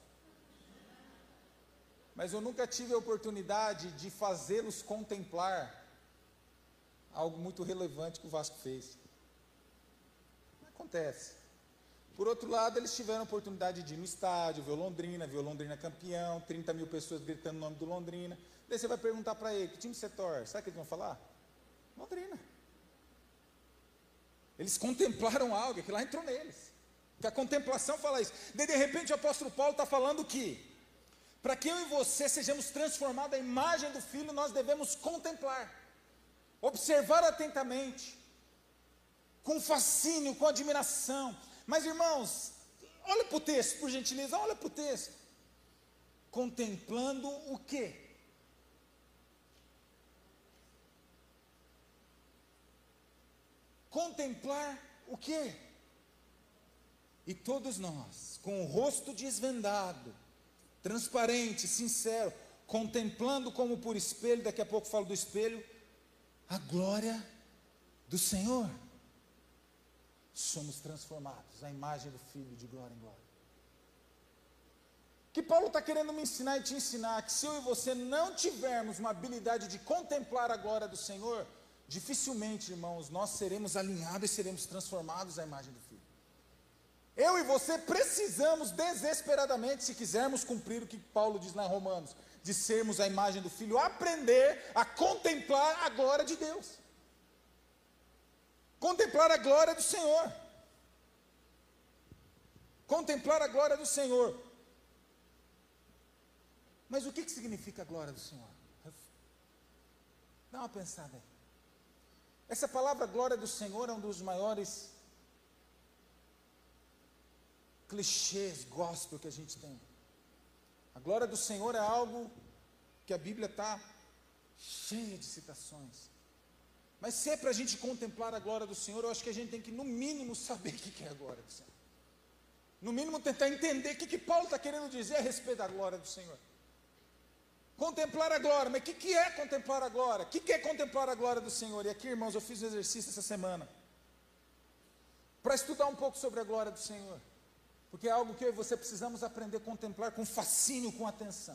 Mas eu nunca tive a oportunidade de fazê-los contemplar algo muito relevante que o Vasco fez. Acontece. Por outro lado, eles tiveram a oportunidade de ir no estádio, ver o Londrina, ver o Londrina campeão, trinta mil pessoas gritando o nome do Londrina. Daí você vai perguntar para ele, que time você torce? Sabe o que eles vão falar? Londrina. Eles contemplaram algo, que lá entrou neles. Que a contemplação fala isso. Daí de repente o apóstolo Paulo está falando que, para que eu e você sejamos transformados à imagem do Filho, nós devemos contemplar, observar atentamente, com fascínio, com admiração. Mas irmãos, olha para o texto, por gentileza, olha para o texto. Contemplando o quê? Contemplar o quê? E todos nós, com o rosto desvendado, transparente, sincero, contemplando como por espelho, daqui a pouco falo do espelho, a glória do Senhor, somos transformados à imagem do Filho, de glória em glória. O que Paulo está querendo me ensinar e te ensinar, que se eu e você não tivermos uma habilidade de contemplar a glória do Senhor, dificilmente, irmãos, nós seremos alinhados e seremos transformados à imagem do Filho. Eu e você precisamos desesperadamente, se quisermos cumprir o que Paulo diz lá em Romanos, de sermos a imagem do Filho, aprender a contemplar a glória de Deus. Contemplar a glória do Senhor. Contemplar a glória do Senhor. Mas o que, que significa a glória do Senhor? Dá uma pensada aí. Essa palavra glória do Senhor é um dos maiores clichês gospel que a gente tem. A glória do Senhor é algo que a Bíblia está cheia de citações. Mas se é para a gente contemplar a glória do Senhor, eu acho que a gente tem que, no mínimo, saber o que é a glória do Senhor. No mínimo, tentar entender o que, que Paulo está querendo dizer a respeito da glória do Senhor. Contemplar a glória, mas o que, que é contemplar a glória? O que, que é contemplar a glória do Senhor? E aqui, irmãos, eu fiz um exercício essa semana para estudar um pouco sobre a glória do Senhor, porque é algo que eu e você precisamos aprender a contemplar com fascínio, com atenção.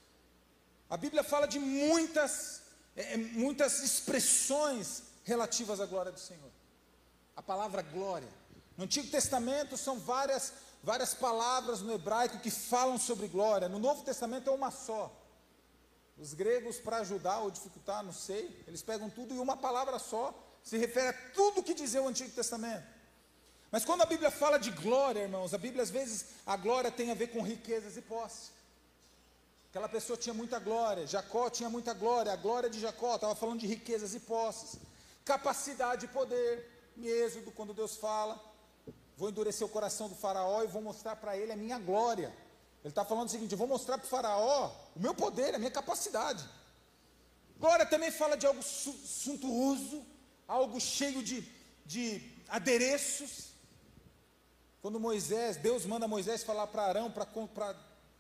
A Bíblia fala de muitas, é, muitas expressões relativas à glória do Senhor. A palavra glória, no Antigo Testamento são várias, várias palavras no hebraico que falam sobre glória. No Novo Testamento é uma só. Os gregos, para ajudar ou dificultar, não sei, eles pegam tudo e uma palavra só se refere a tudo que dizia o Antigo Testamento. Mas quando a Bíblia fala de glória, irmãos, a Bíblia às vezes, a glória tem a ver com riquezas e posse. Aquela pessoa tinha muita glória, Jacó tinha muita glória, a glória de Jacó estava falando de riquezas e posses. Capacidade e poder, em Êxodo, quando Deus fala, vou endurecer o coração do faraó e vou mostrar para ele a minha glória. Ele está falando o seguinte, eu vou mostrar para o faraó o meu poder, a minha capacidade. Glória também fala de algo suntuoso, algo cheio de, de adereços. Quando Moisés, Deus manda Moisés falar para Arão, para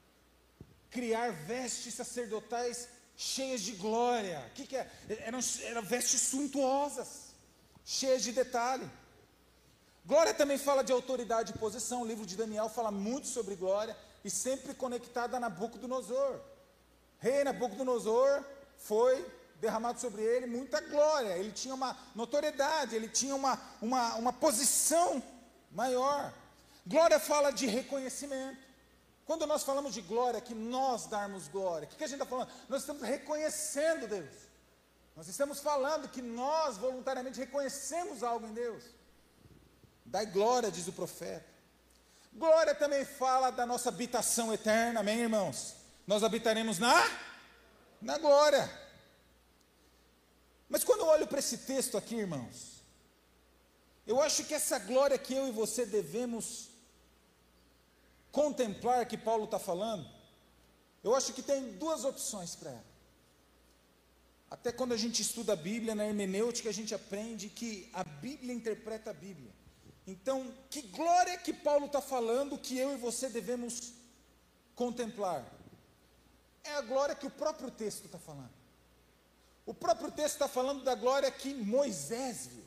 criar vestes sacerdotais cheias de glória. O que, que é? Eram, eram vestes suntuosas, cheias de detalhe. Glória também fala de autoridade e posição. O livro de Daniel fala muito sobre glória, e sempre conectada a Nabucodonosor. Rei Nabucodonosor, foi derramado sobre ele muita glória, ele tinha uma notoriedade, ele tinha uma, uma, uma posição maior. Glória fala de reconhecimento. Quando nós falamos de glória, que nós darmos glória, o que, que a gente está falando? Nós estamos reconhecendo Deus. Nós estamos falando que nós voluntariamente reconhecemos algo em Deus. Dai glória, diz o profeta. Glória também fala da nossa habitação eterna, amém, irmãos? Nós habitaremos na, na glória. Mas quando eu olho para esse texto aqui, irmãos, eu acho que essa glória que eu e você devemos contemplar, que Paulo está falando, eu acho que tem duas opções para ela. Até quando a gente estuda a Bíblia, na hermenêutica, a gente aprende que a Bíblia interpreta a Bíblia. Então, que glória que Paulo está falando que eu e você devemos contemplar? É a glória que o próprio texto está falando. O próprio texto está falando da glória que Moisés viu.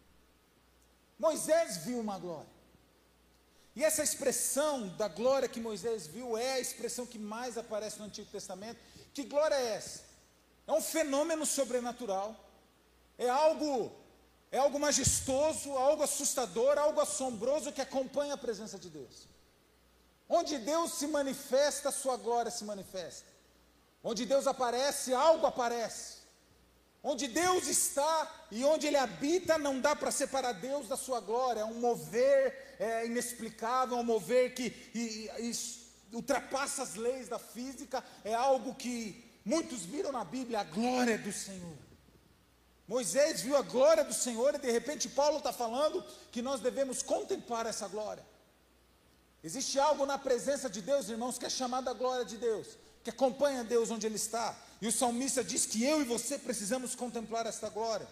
Moisés viu uma glória. E essa expressão da glória que Moisés viu é a expressão que mais aparece no Antigo Testamento. Que glória é essa? É um fenômeno sobrenatural. É algo... É algo majestoso, algo assustador, algo assombroso que acompanha a presença de Deus. Onde Deus se manifesta, a sua glória se manifesta. Onde Deus aparece, algo aparece. Onde Deus está e onde Ele habita, não dá para separar Deus da sua glória. É um mover é, inexplicável, é um mover que e, e, ultrapassa as leis da física. É algo que muitos viram na Bíblia, a glória do Senhor. Moisés viu a glória do Senhor e de repente Paulo está falando que nós devemos contemplar essa glória. Existe algo na presença de Deus, irmãos, que é chamado a glória de Deus, que acompanha Deus onde Ele está. E o salmista diz que eu e você precisamos contemplar esta glória.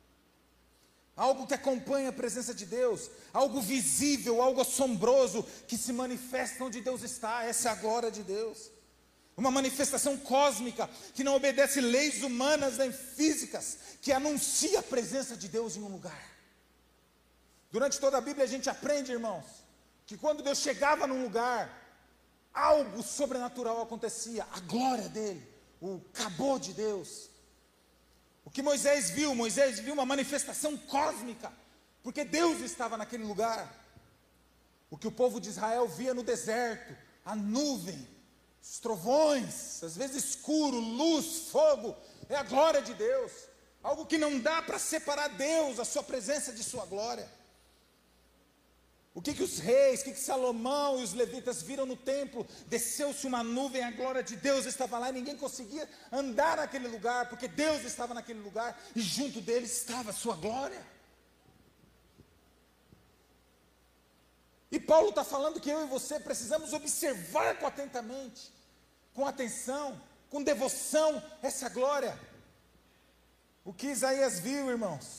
Algo que acompanha a presença de Deus, algo visível, algo assombroso, que se manifesta onde Deus está. Essa é a glória de Deus. Uma manifestação cósmica, que não obedece leis humanas nem físicas, que anuncia a presença de Deus em um lugar. Durante toda a Bíblia a gente aprende, irmãos, que quando Deus chegava num lugar, algo sobrenatural acontecia, a glória dele, o cabô de Deus. O que Moisés viu? Moisés viu uma manifestação cósmica, porque Deus estava naquele lugar. O que o povo de Israel via no deserto, a nuvem os trovões, às vezes escuro, luz, fogo, é a glória de Deus. Algo que não dá para separar Deus, a sua presença de sua glória. O que que os reis, o que que Salomão e os levitas viram no templo? Desceu-se uma nuvem, a glória de Deus estava lá e ninguém conseguia andar naquele lugar, porque Deus estava naquele lugar e junto deles estava a sua glória. E Paulo está falando que eu e você precisamos observar com atentamente, com atenção, com devoção, essa glória. O que Isaías viu, irmãos?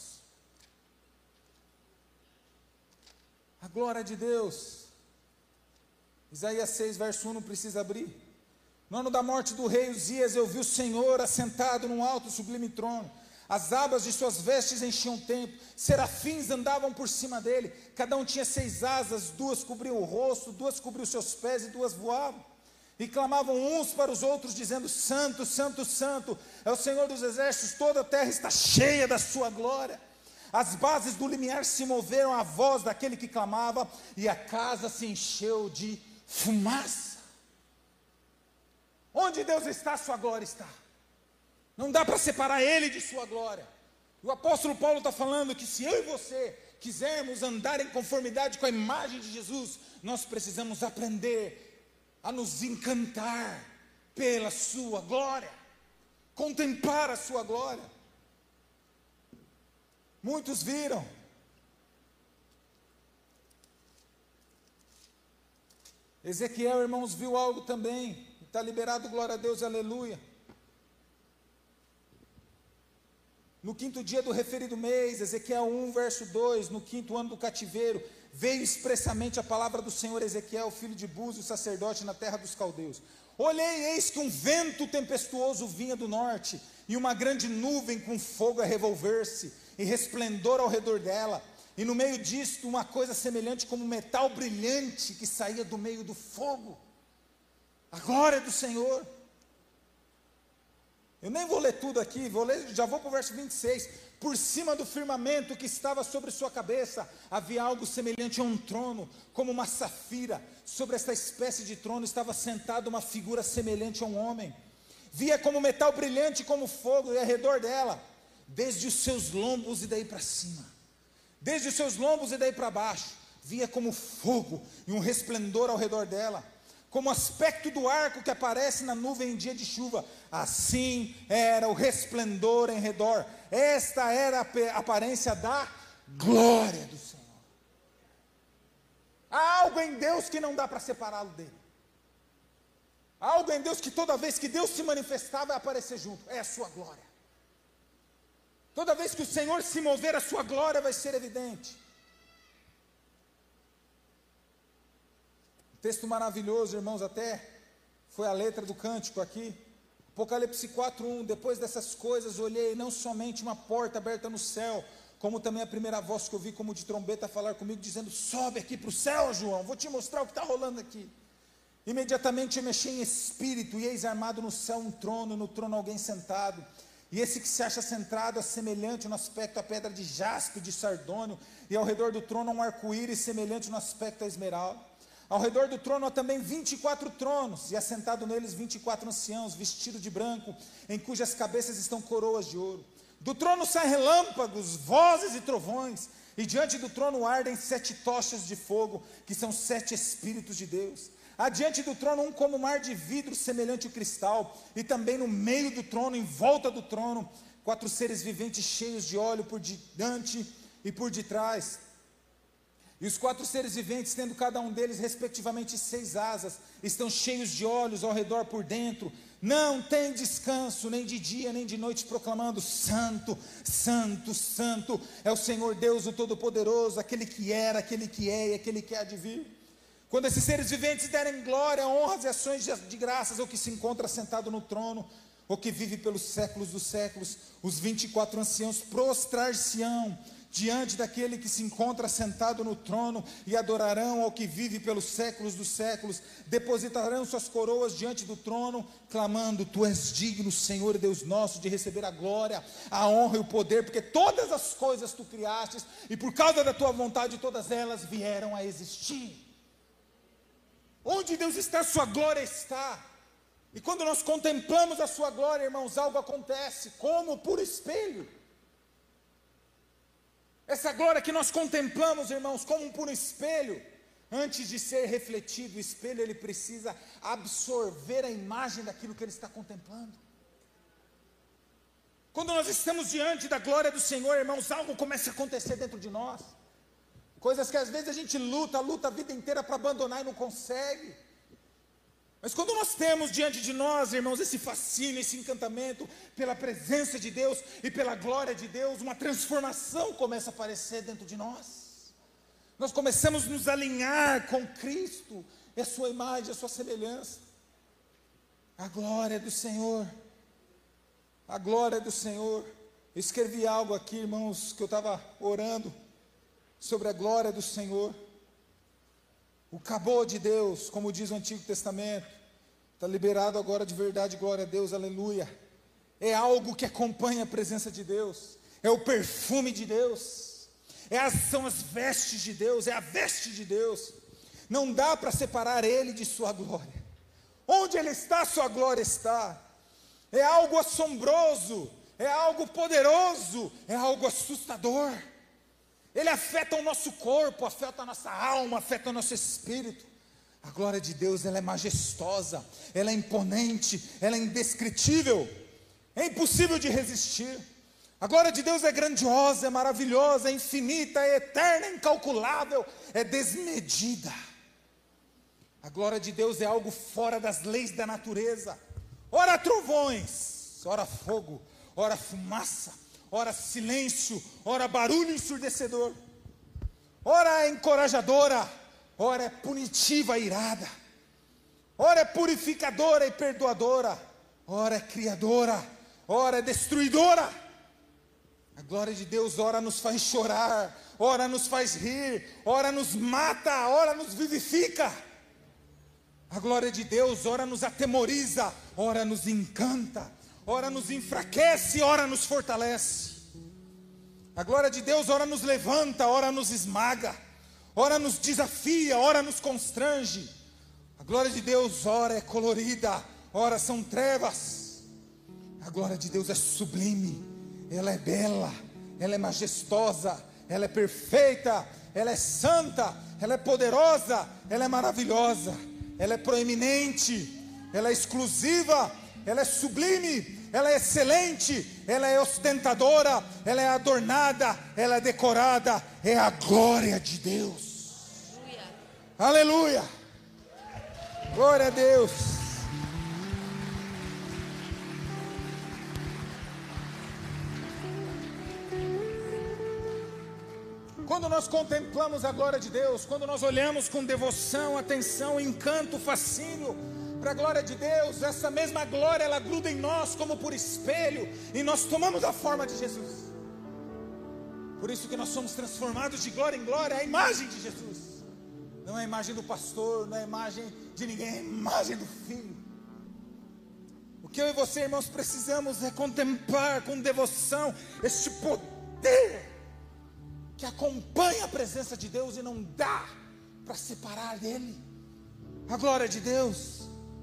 A glória de Deus. Isaías seis, verso um, não precisa abrir. No ano da morte do rei Uzias, eu vi o Senhor assentado num alto e sublime trono. As abas de suas vestes enchiam o templo. Serafins andavam por cima dele. Cada um tinha seis asas, duas cobriam o rosto, duas cobriam os seus pés e duas voavam. E clamavam uns para os outros, dizendo: Santo, Santo, Santo, é o Senhor dos exércitos, toda a terra está cheia da sua glória. As bases do limiar se moveram à voz daquele que clamava, e a casa se encheu de fumaça. Onde Deus está, a sua glória está. Não dá para separar Ele de sua glória. O apóstolo Paulo está falando que se eu e você quisermos andar em conformidade com a imagem de Jesus, nós precisamos aprender a nos encantar pela sua glória, contemplar a sua glória. Muitos viram. Ezequiel, irmãos, viu algo também. Está liberado, glória a Deus, aleluia. No quinto dia do referido mês, Ezequiel um, verso dois, no quinto ano do cativeiro, veio expressamente a palavra do Senhor a Ezequiel, filho de Búzio, sacerdote, na terra dos caldeus. Olhei, eis que um vento tempestuoso vinha do norte, e uma grande nuvem com fogo a revolver-se, e resplendor ao redor dela, e no meio disto uma coisa semelhante como metal brilhante que saía do meio do fogo. A glória do Senhor. Eu nem vou ler tudo aqui, vou ler, já vou para o verso vinte e seis. Por cima do firmamento que estava sobre sua cabeça, havia algo semelhante a um trono, como uma safira. Sobre esta espécie de trono estava sentada uma figura semelhante a um homem. Via como metal brilhante como fogo, e ao redor dela, desde os seus lombos e daí para cima, desde os seus lombos e daí para baixo, via como fogo e um resplendor ao redor dela, como o aspecto do arco que aparece na nuvem em dia de chuva. Assim era o resplendor em redor. Esta era a aparência da glória do Senhor. Há algo em Deus que não dá para separá-lo dele. Há algo em Deus que toda vez que Deus se manifestar vai aparecer junto. É a sua glória. Toda vez que o Senhor se mover, a sua glória vai ser evidente. Texto maravilhoso, irmãos, até foi a letra do cântico aqui. Apocalipse quatro, um, depois dessas coisas olhei, não somente uma porta aberta no céu, como também a primeira voz que eu vi como de trombeta falar comigo, dizendo: sobe aqui para o céu, João, vou te mostrar o que está rolando aqui. Imediatamente eu mexi em espírito, e eis armado no céu um trono, e no trono alguém sentado, e esse que se acha sentado é semelhante no aspecto à pedra de jaspe, de sardônio, e ao redor do trono um arco-íris semelhante no aspecto à esmeralda. Ao redor do trono há também vinte e quatro tronos, e assentado neles vinte e quatro anciãos, vestidos de branco, em cujas cabeças estão coroas de ouro. Do trono saem relâmpagos, vozes e trovões, e diante do trono ardem sete tochas de fogo, que são sete Espíritos de Deus. Adiante do trono um como mar de vidro semelhante ao cristal, e também no meio do trono, em volta do trono, quatro seres viventes cheios de óleo por diante e por detrás. E os quatro seres viventes, tendo cada um deles respectivamente seis asas, estão cheios de olhos ao redor por dentro, não tem descanso, nem de dia, nem de noite, proclamando: Santo, Santo, Santo, é o Senhor Deus o Todo-Poderoso, aquele que era, aquele que é e aquele que há de vir. Quando esses seres viventes derem glória, honras e ações de graças ao que se encontra sentado no trono, ou que vive pelos séculos dos séculos, os vinte e quatro anciãos prostrar-se-ão diante daquele que se encontra sentado no trono, e adorarão ao que vive pelos séculos dos séculos, depositarão suas coroas diante do trono, clamando: Tu és digno, Senhor Deus nosso, de receber a glória, a honra e o poder, porque todas as coisas Tu criastes, e por causa da Tua vontade todas elas vieram a existir. Onde Deus está, Sua glória está. E quando nós contemplamos a sua glória, irmãos, algo acontece, como por espelho. Essa glória que nós contemplamos, irmãos, como por espelho, antes de ser refletido, o espelho ele precisa absorver a imagem daquilo que ele está contemplando. Quando nós estamos diante da glória do Senhor, irmãos, algo começa a acontecer dentro de nós. Coisas que às vezes a gente luta, luta a vida inteira para abandonar e não consegue. Mas quando nós temos diante de nós, irmãos, esse fascínio, esse encantamento pela presença de Deus e pela glória de Deus, uma transformação começa a aparecer dentro de nós. Nós começamos a nos alinhar com Cristo, e a sua imagem, a sua semelhança. A glória do Senhor, a glória do Senhor. Eu escrevi algo aqui, irmãos, que eu estava orando sobre a glória do Senhor. O cabô de Deus, como diz o Antigo Testamento, está liberado agora de verdade, glória a Deus, aleluia. É algo que acompanha a presença de Deus, é o perfume de Deus, é as, são as vestes de Deus, é a veste de Deus. Não dá para separar Ele de sua glória. Onde Ele está, sua glória está. É algo assombroso, é algo poderoso, é algo assustador. Ele afeta o nosso corpo, afeta a nossa alma, afeta o nosso espírito. A glória de Deus, ela é majestosa, ela é imponente, ela é indescritível, é impossível de resistir. A glória de Deus é grandiosa, é maravilhosa, é infinita, é eterna, é incalculável, é desmedida. A glória de Deus é algo fora das leis da natureza. Ora trovões, ora fogo, ora fumaça, ora silêncio, ora barulho ensurdecedor, ora é encorajadora, ora é punitiva e irada, ora é purificadora e perdoadora, ora é criadora, ora é destruidora. A glória de Deus ora nos faz chorar, ora nos faz rir, ora nos mata, ora nos vivifica. A glória de Deus ora nos atemoriza, ora nos encanta, ora nos enfraquece, ora nos fortalece. A glória de Deus ora nos levanta, ora nos esmaga, ora nos desafia, ora nos constrange. A glória de Deus ora é colorida, ora são trevas. A glória de Deus é sublime, ela é bela, ela é majestosa, ela é perfeita, ela é santa, ela é poderosa, ela é maravilhosa, ela é proeminente, ela é exclusiva, ela é sublime, ela é excelente, ela é ostentadora, ela é adornada, ela é decorada, é a glória de Deus. Aleluia, aleluia. Glória a Deus. Quando nós contemplamos a glória de Deus, quando nós olhamos com devoção, atenção, encanto, fascínio para a glória de Deus, essa mesma glória, ela gruda em nós como por espelho, e nós tomamos a forma de Jesus. Por isso que nós somos transformados de glória em glória, a imagem de Jesus. Não é a imagem do pastor, não é a imagem de ninguém, é a imagem do Filho. O que eu e você, irmãos, precisamos é contemplar com devoção este poder que acompanha a presença de Deus e não dá para separar dele. A glória de Deus.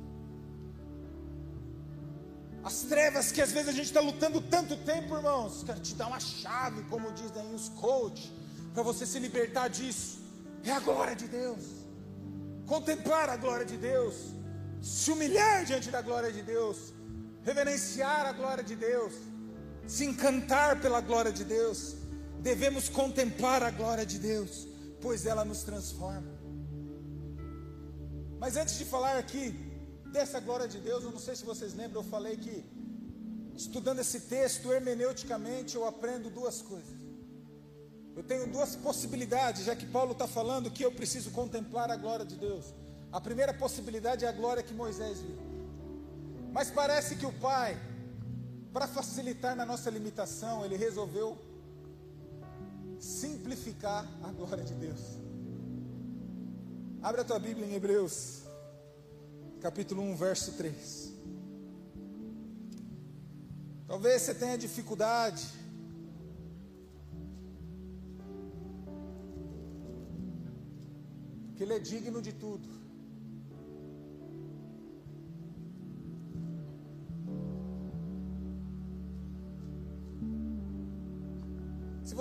As trevas que às vezes a gente está lutando tanto tempo, irmãos, quero te dar uma chave, como dizem os coach, para você se libertar disso. É a glória de Deus. Contemplar a glória de Deus, se humilhar diante da glória de Deus, reverenciar a glória de Deus, se encantar pela glória de Deus. Devemos contemplar a glória de Deus, pois ela nos transforma. Mas antes de falar aqui dessa glória de Deus, eu não sei se vocês lembram, eu falei que estudando esse texto hermeneuticamente eu aprendo duas coisas. Eu tenho duas possibilidades, já que Paulo está falando que eu preciso contemplar a glória de Deus. A primeira possibilidade é a glória que Moisés viu. Mas parece que o Pai, para facilitar na nossa limitação, Ele resolveu simplificar a glória de Deus. Abre a tua Bíblia em Hebreus, capítulo um, verso três. Talvez você tenha dificuldade que Ele é digno de tudo.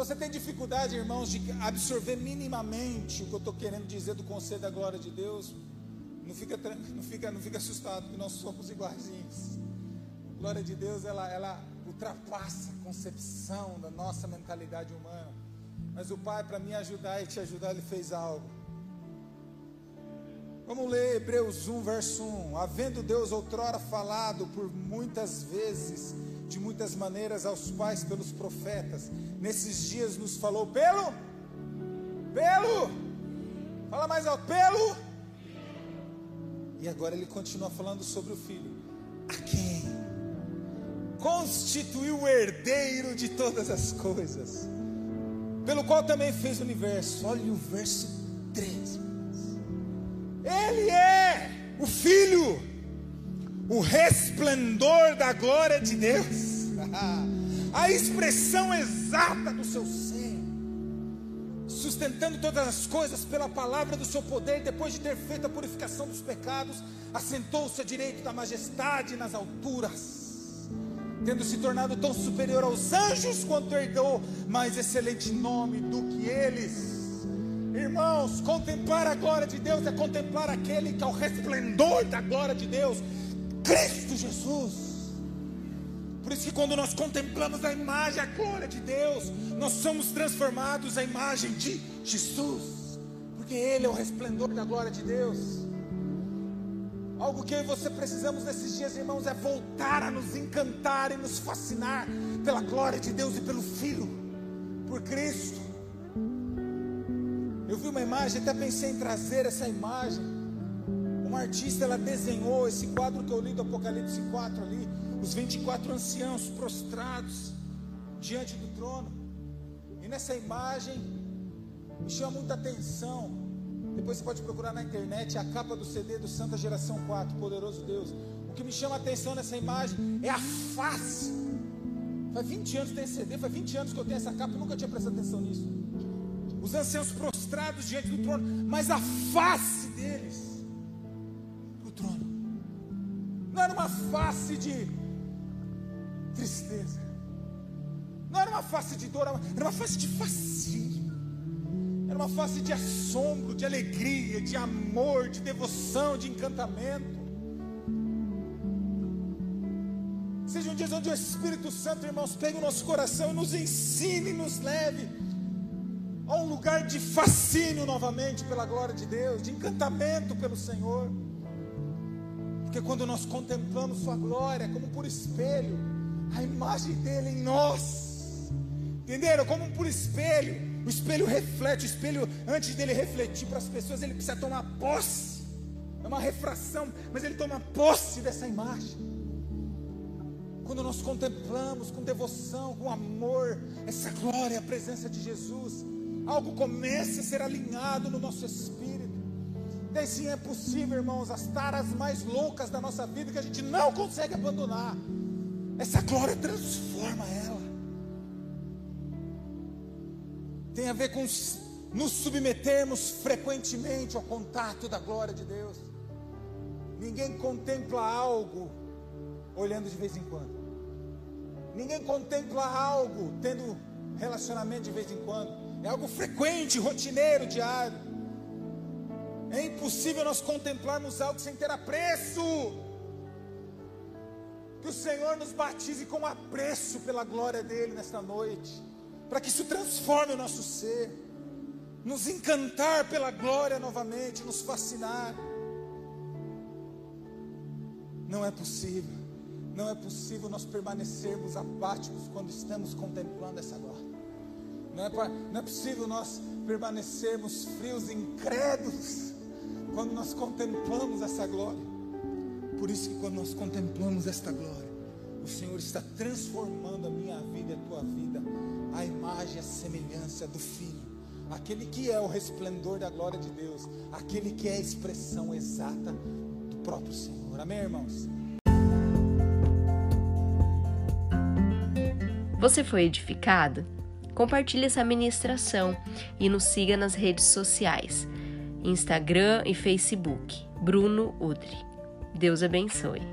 você tem dificuldade, irmãos, de absorver minimamente o que eu estou querendo dizer do conselho da glória de Deus, não fica, não fica, não fica assustado, porque nós somos iguaizinhos. A glória de Deus, ela, ela ultrapassa a concepção da nossa mentalidade humana. Mas o Pai, para me ajudar e te ajudar, Ele fez algo. Vamos ler Hebreus um, verso um. Havendo Deus outrora falado por muitas vezes, de muitas maneiras aos pais pelos profetas, nesses dias nos falou pelo, pelo, fala mais alto, pelo, e agora Ele continua falando sobre o Filho, a quem constituiu o herdeiro de todas as coisas, pelo qual também fez o universo. Olha o verso três. Ele é o Filho, o resplendor da glória de Deus, a expressão exata do seu ser, sustentando todas as coisas pela palavra do seu poder. Depois de ter feito a purificação dos pecados, assentou-se à direita da majestade nas alturas, tendo se tornado tão superior aos anjos, quanto herdou mais excelente nome do que eles. Irmãos, contemplar a glória de Deus é contemplar aquele que é o resplendor da glória de Deus, Cristo Jesus. Por isso que quando nós contemplamos a imagem, a glória de Deus, nós somos transformados à imagem de Jesus, porque Ele é o resplendor da glória de Deus. Algo que eu e você precisamos nesses dias, irmãos, é voltar a nos encantar e nos fascinar pela glória de Deus e pelo Filho, por Cristo. Eu vi uma imagem, até pensei em trazer essa imagem. Uma artista, ela desenhou esse quadro que eu li do Apocalipse quatro ali, os vinte e quatro anciãos prostrados diante do trono. E nessa imagem me chama muita atenção. Depois você pode procurar na internet a capa do C D do Santa Geração quatro, Poderoso Deus. O que me chama a atenção nessa imagem é a face. Faz vinte anos que tem esse C D, faz vinte anos que eu tenho essa capa, eu nunca tinha prestado atenção nisso. Os anciãos prostrados diante do trono, mas a face deles no trono não era uma face de tristeza, não era uma face de dor, era uma face de fascínio, era uma face de assombro, de alegria, de amor, de devoção, de encantamento. Sejam dias onde o Espírito Santo, irmãos, pegue o nosso coração e nos ensine, nos leve a um lugar de fascínio novamente pela glória de Deus, de encantamento pelo Senhor. Porque quando nós contemplamos sua glória, como por espelho, a imagem dele em nós, entenderam? Como por espelho, o espelho reflete, o espelho, antes dele refletir para as pessoas, ele precisa tomar posse, é uma refração, mas ele toma posse dessa imagem. Quando nós contemplamos com devoção, com amor, essa glória, a presença de Jesus, algo começa a ser alinhado no nosso espírito. Daí sim é possível, irmãos, as taras mais loucas da nossa vida, que a gente não consegue abandonar, essa glória transforma ela. Tem a ver com nos submetermos frequentemente ao contato da glória de Deus. Ninguém contempla algo olhando de vez em quando. Ninguém contempla algo tendo relacionamento de vez em quando. É algo frequente, rotineiro, diário. É impossível nós contemplarmos algo sem ter apreço. Que o Senhor nos batize com apreço pela glória dele nesta noite, para que isso transforme o nosso ser, nos encantar pela glória novamente, nos fascinar. Não é possível, não é possível nós permanecermos apáticos quando estamos contemplando essa glória. Não é, não é possível nós permanecermos frios e incrédulos quando nós contemplamos essa glória. Por isso que quando nós contemplamos esta glória, o Senhor está transformando a minha vida e a tua vida, a imagem e a semelhança do Filho, aquele que é o resplendor da glória de Deus, aquele que é a expressão exata do próprio Senhor. Amém, irmãos? Você foi edificado? Compartilhe essa ministração e nos siga nas redes sociais, Instagram e Facebook, Bruno Udri. Deus abençoe.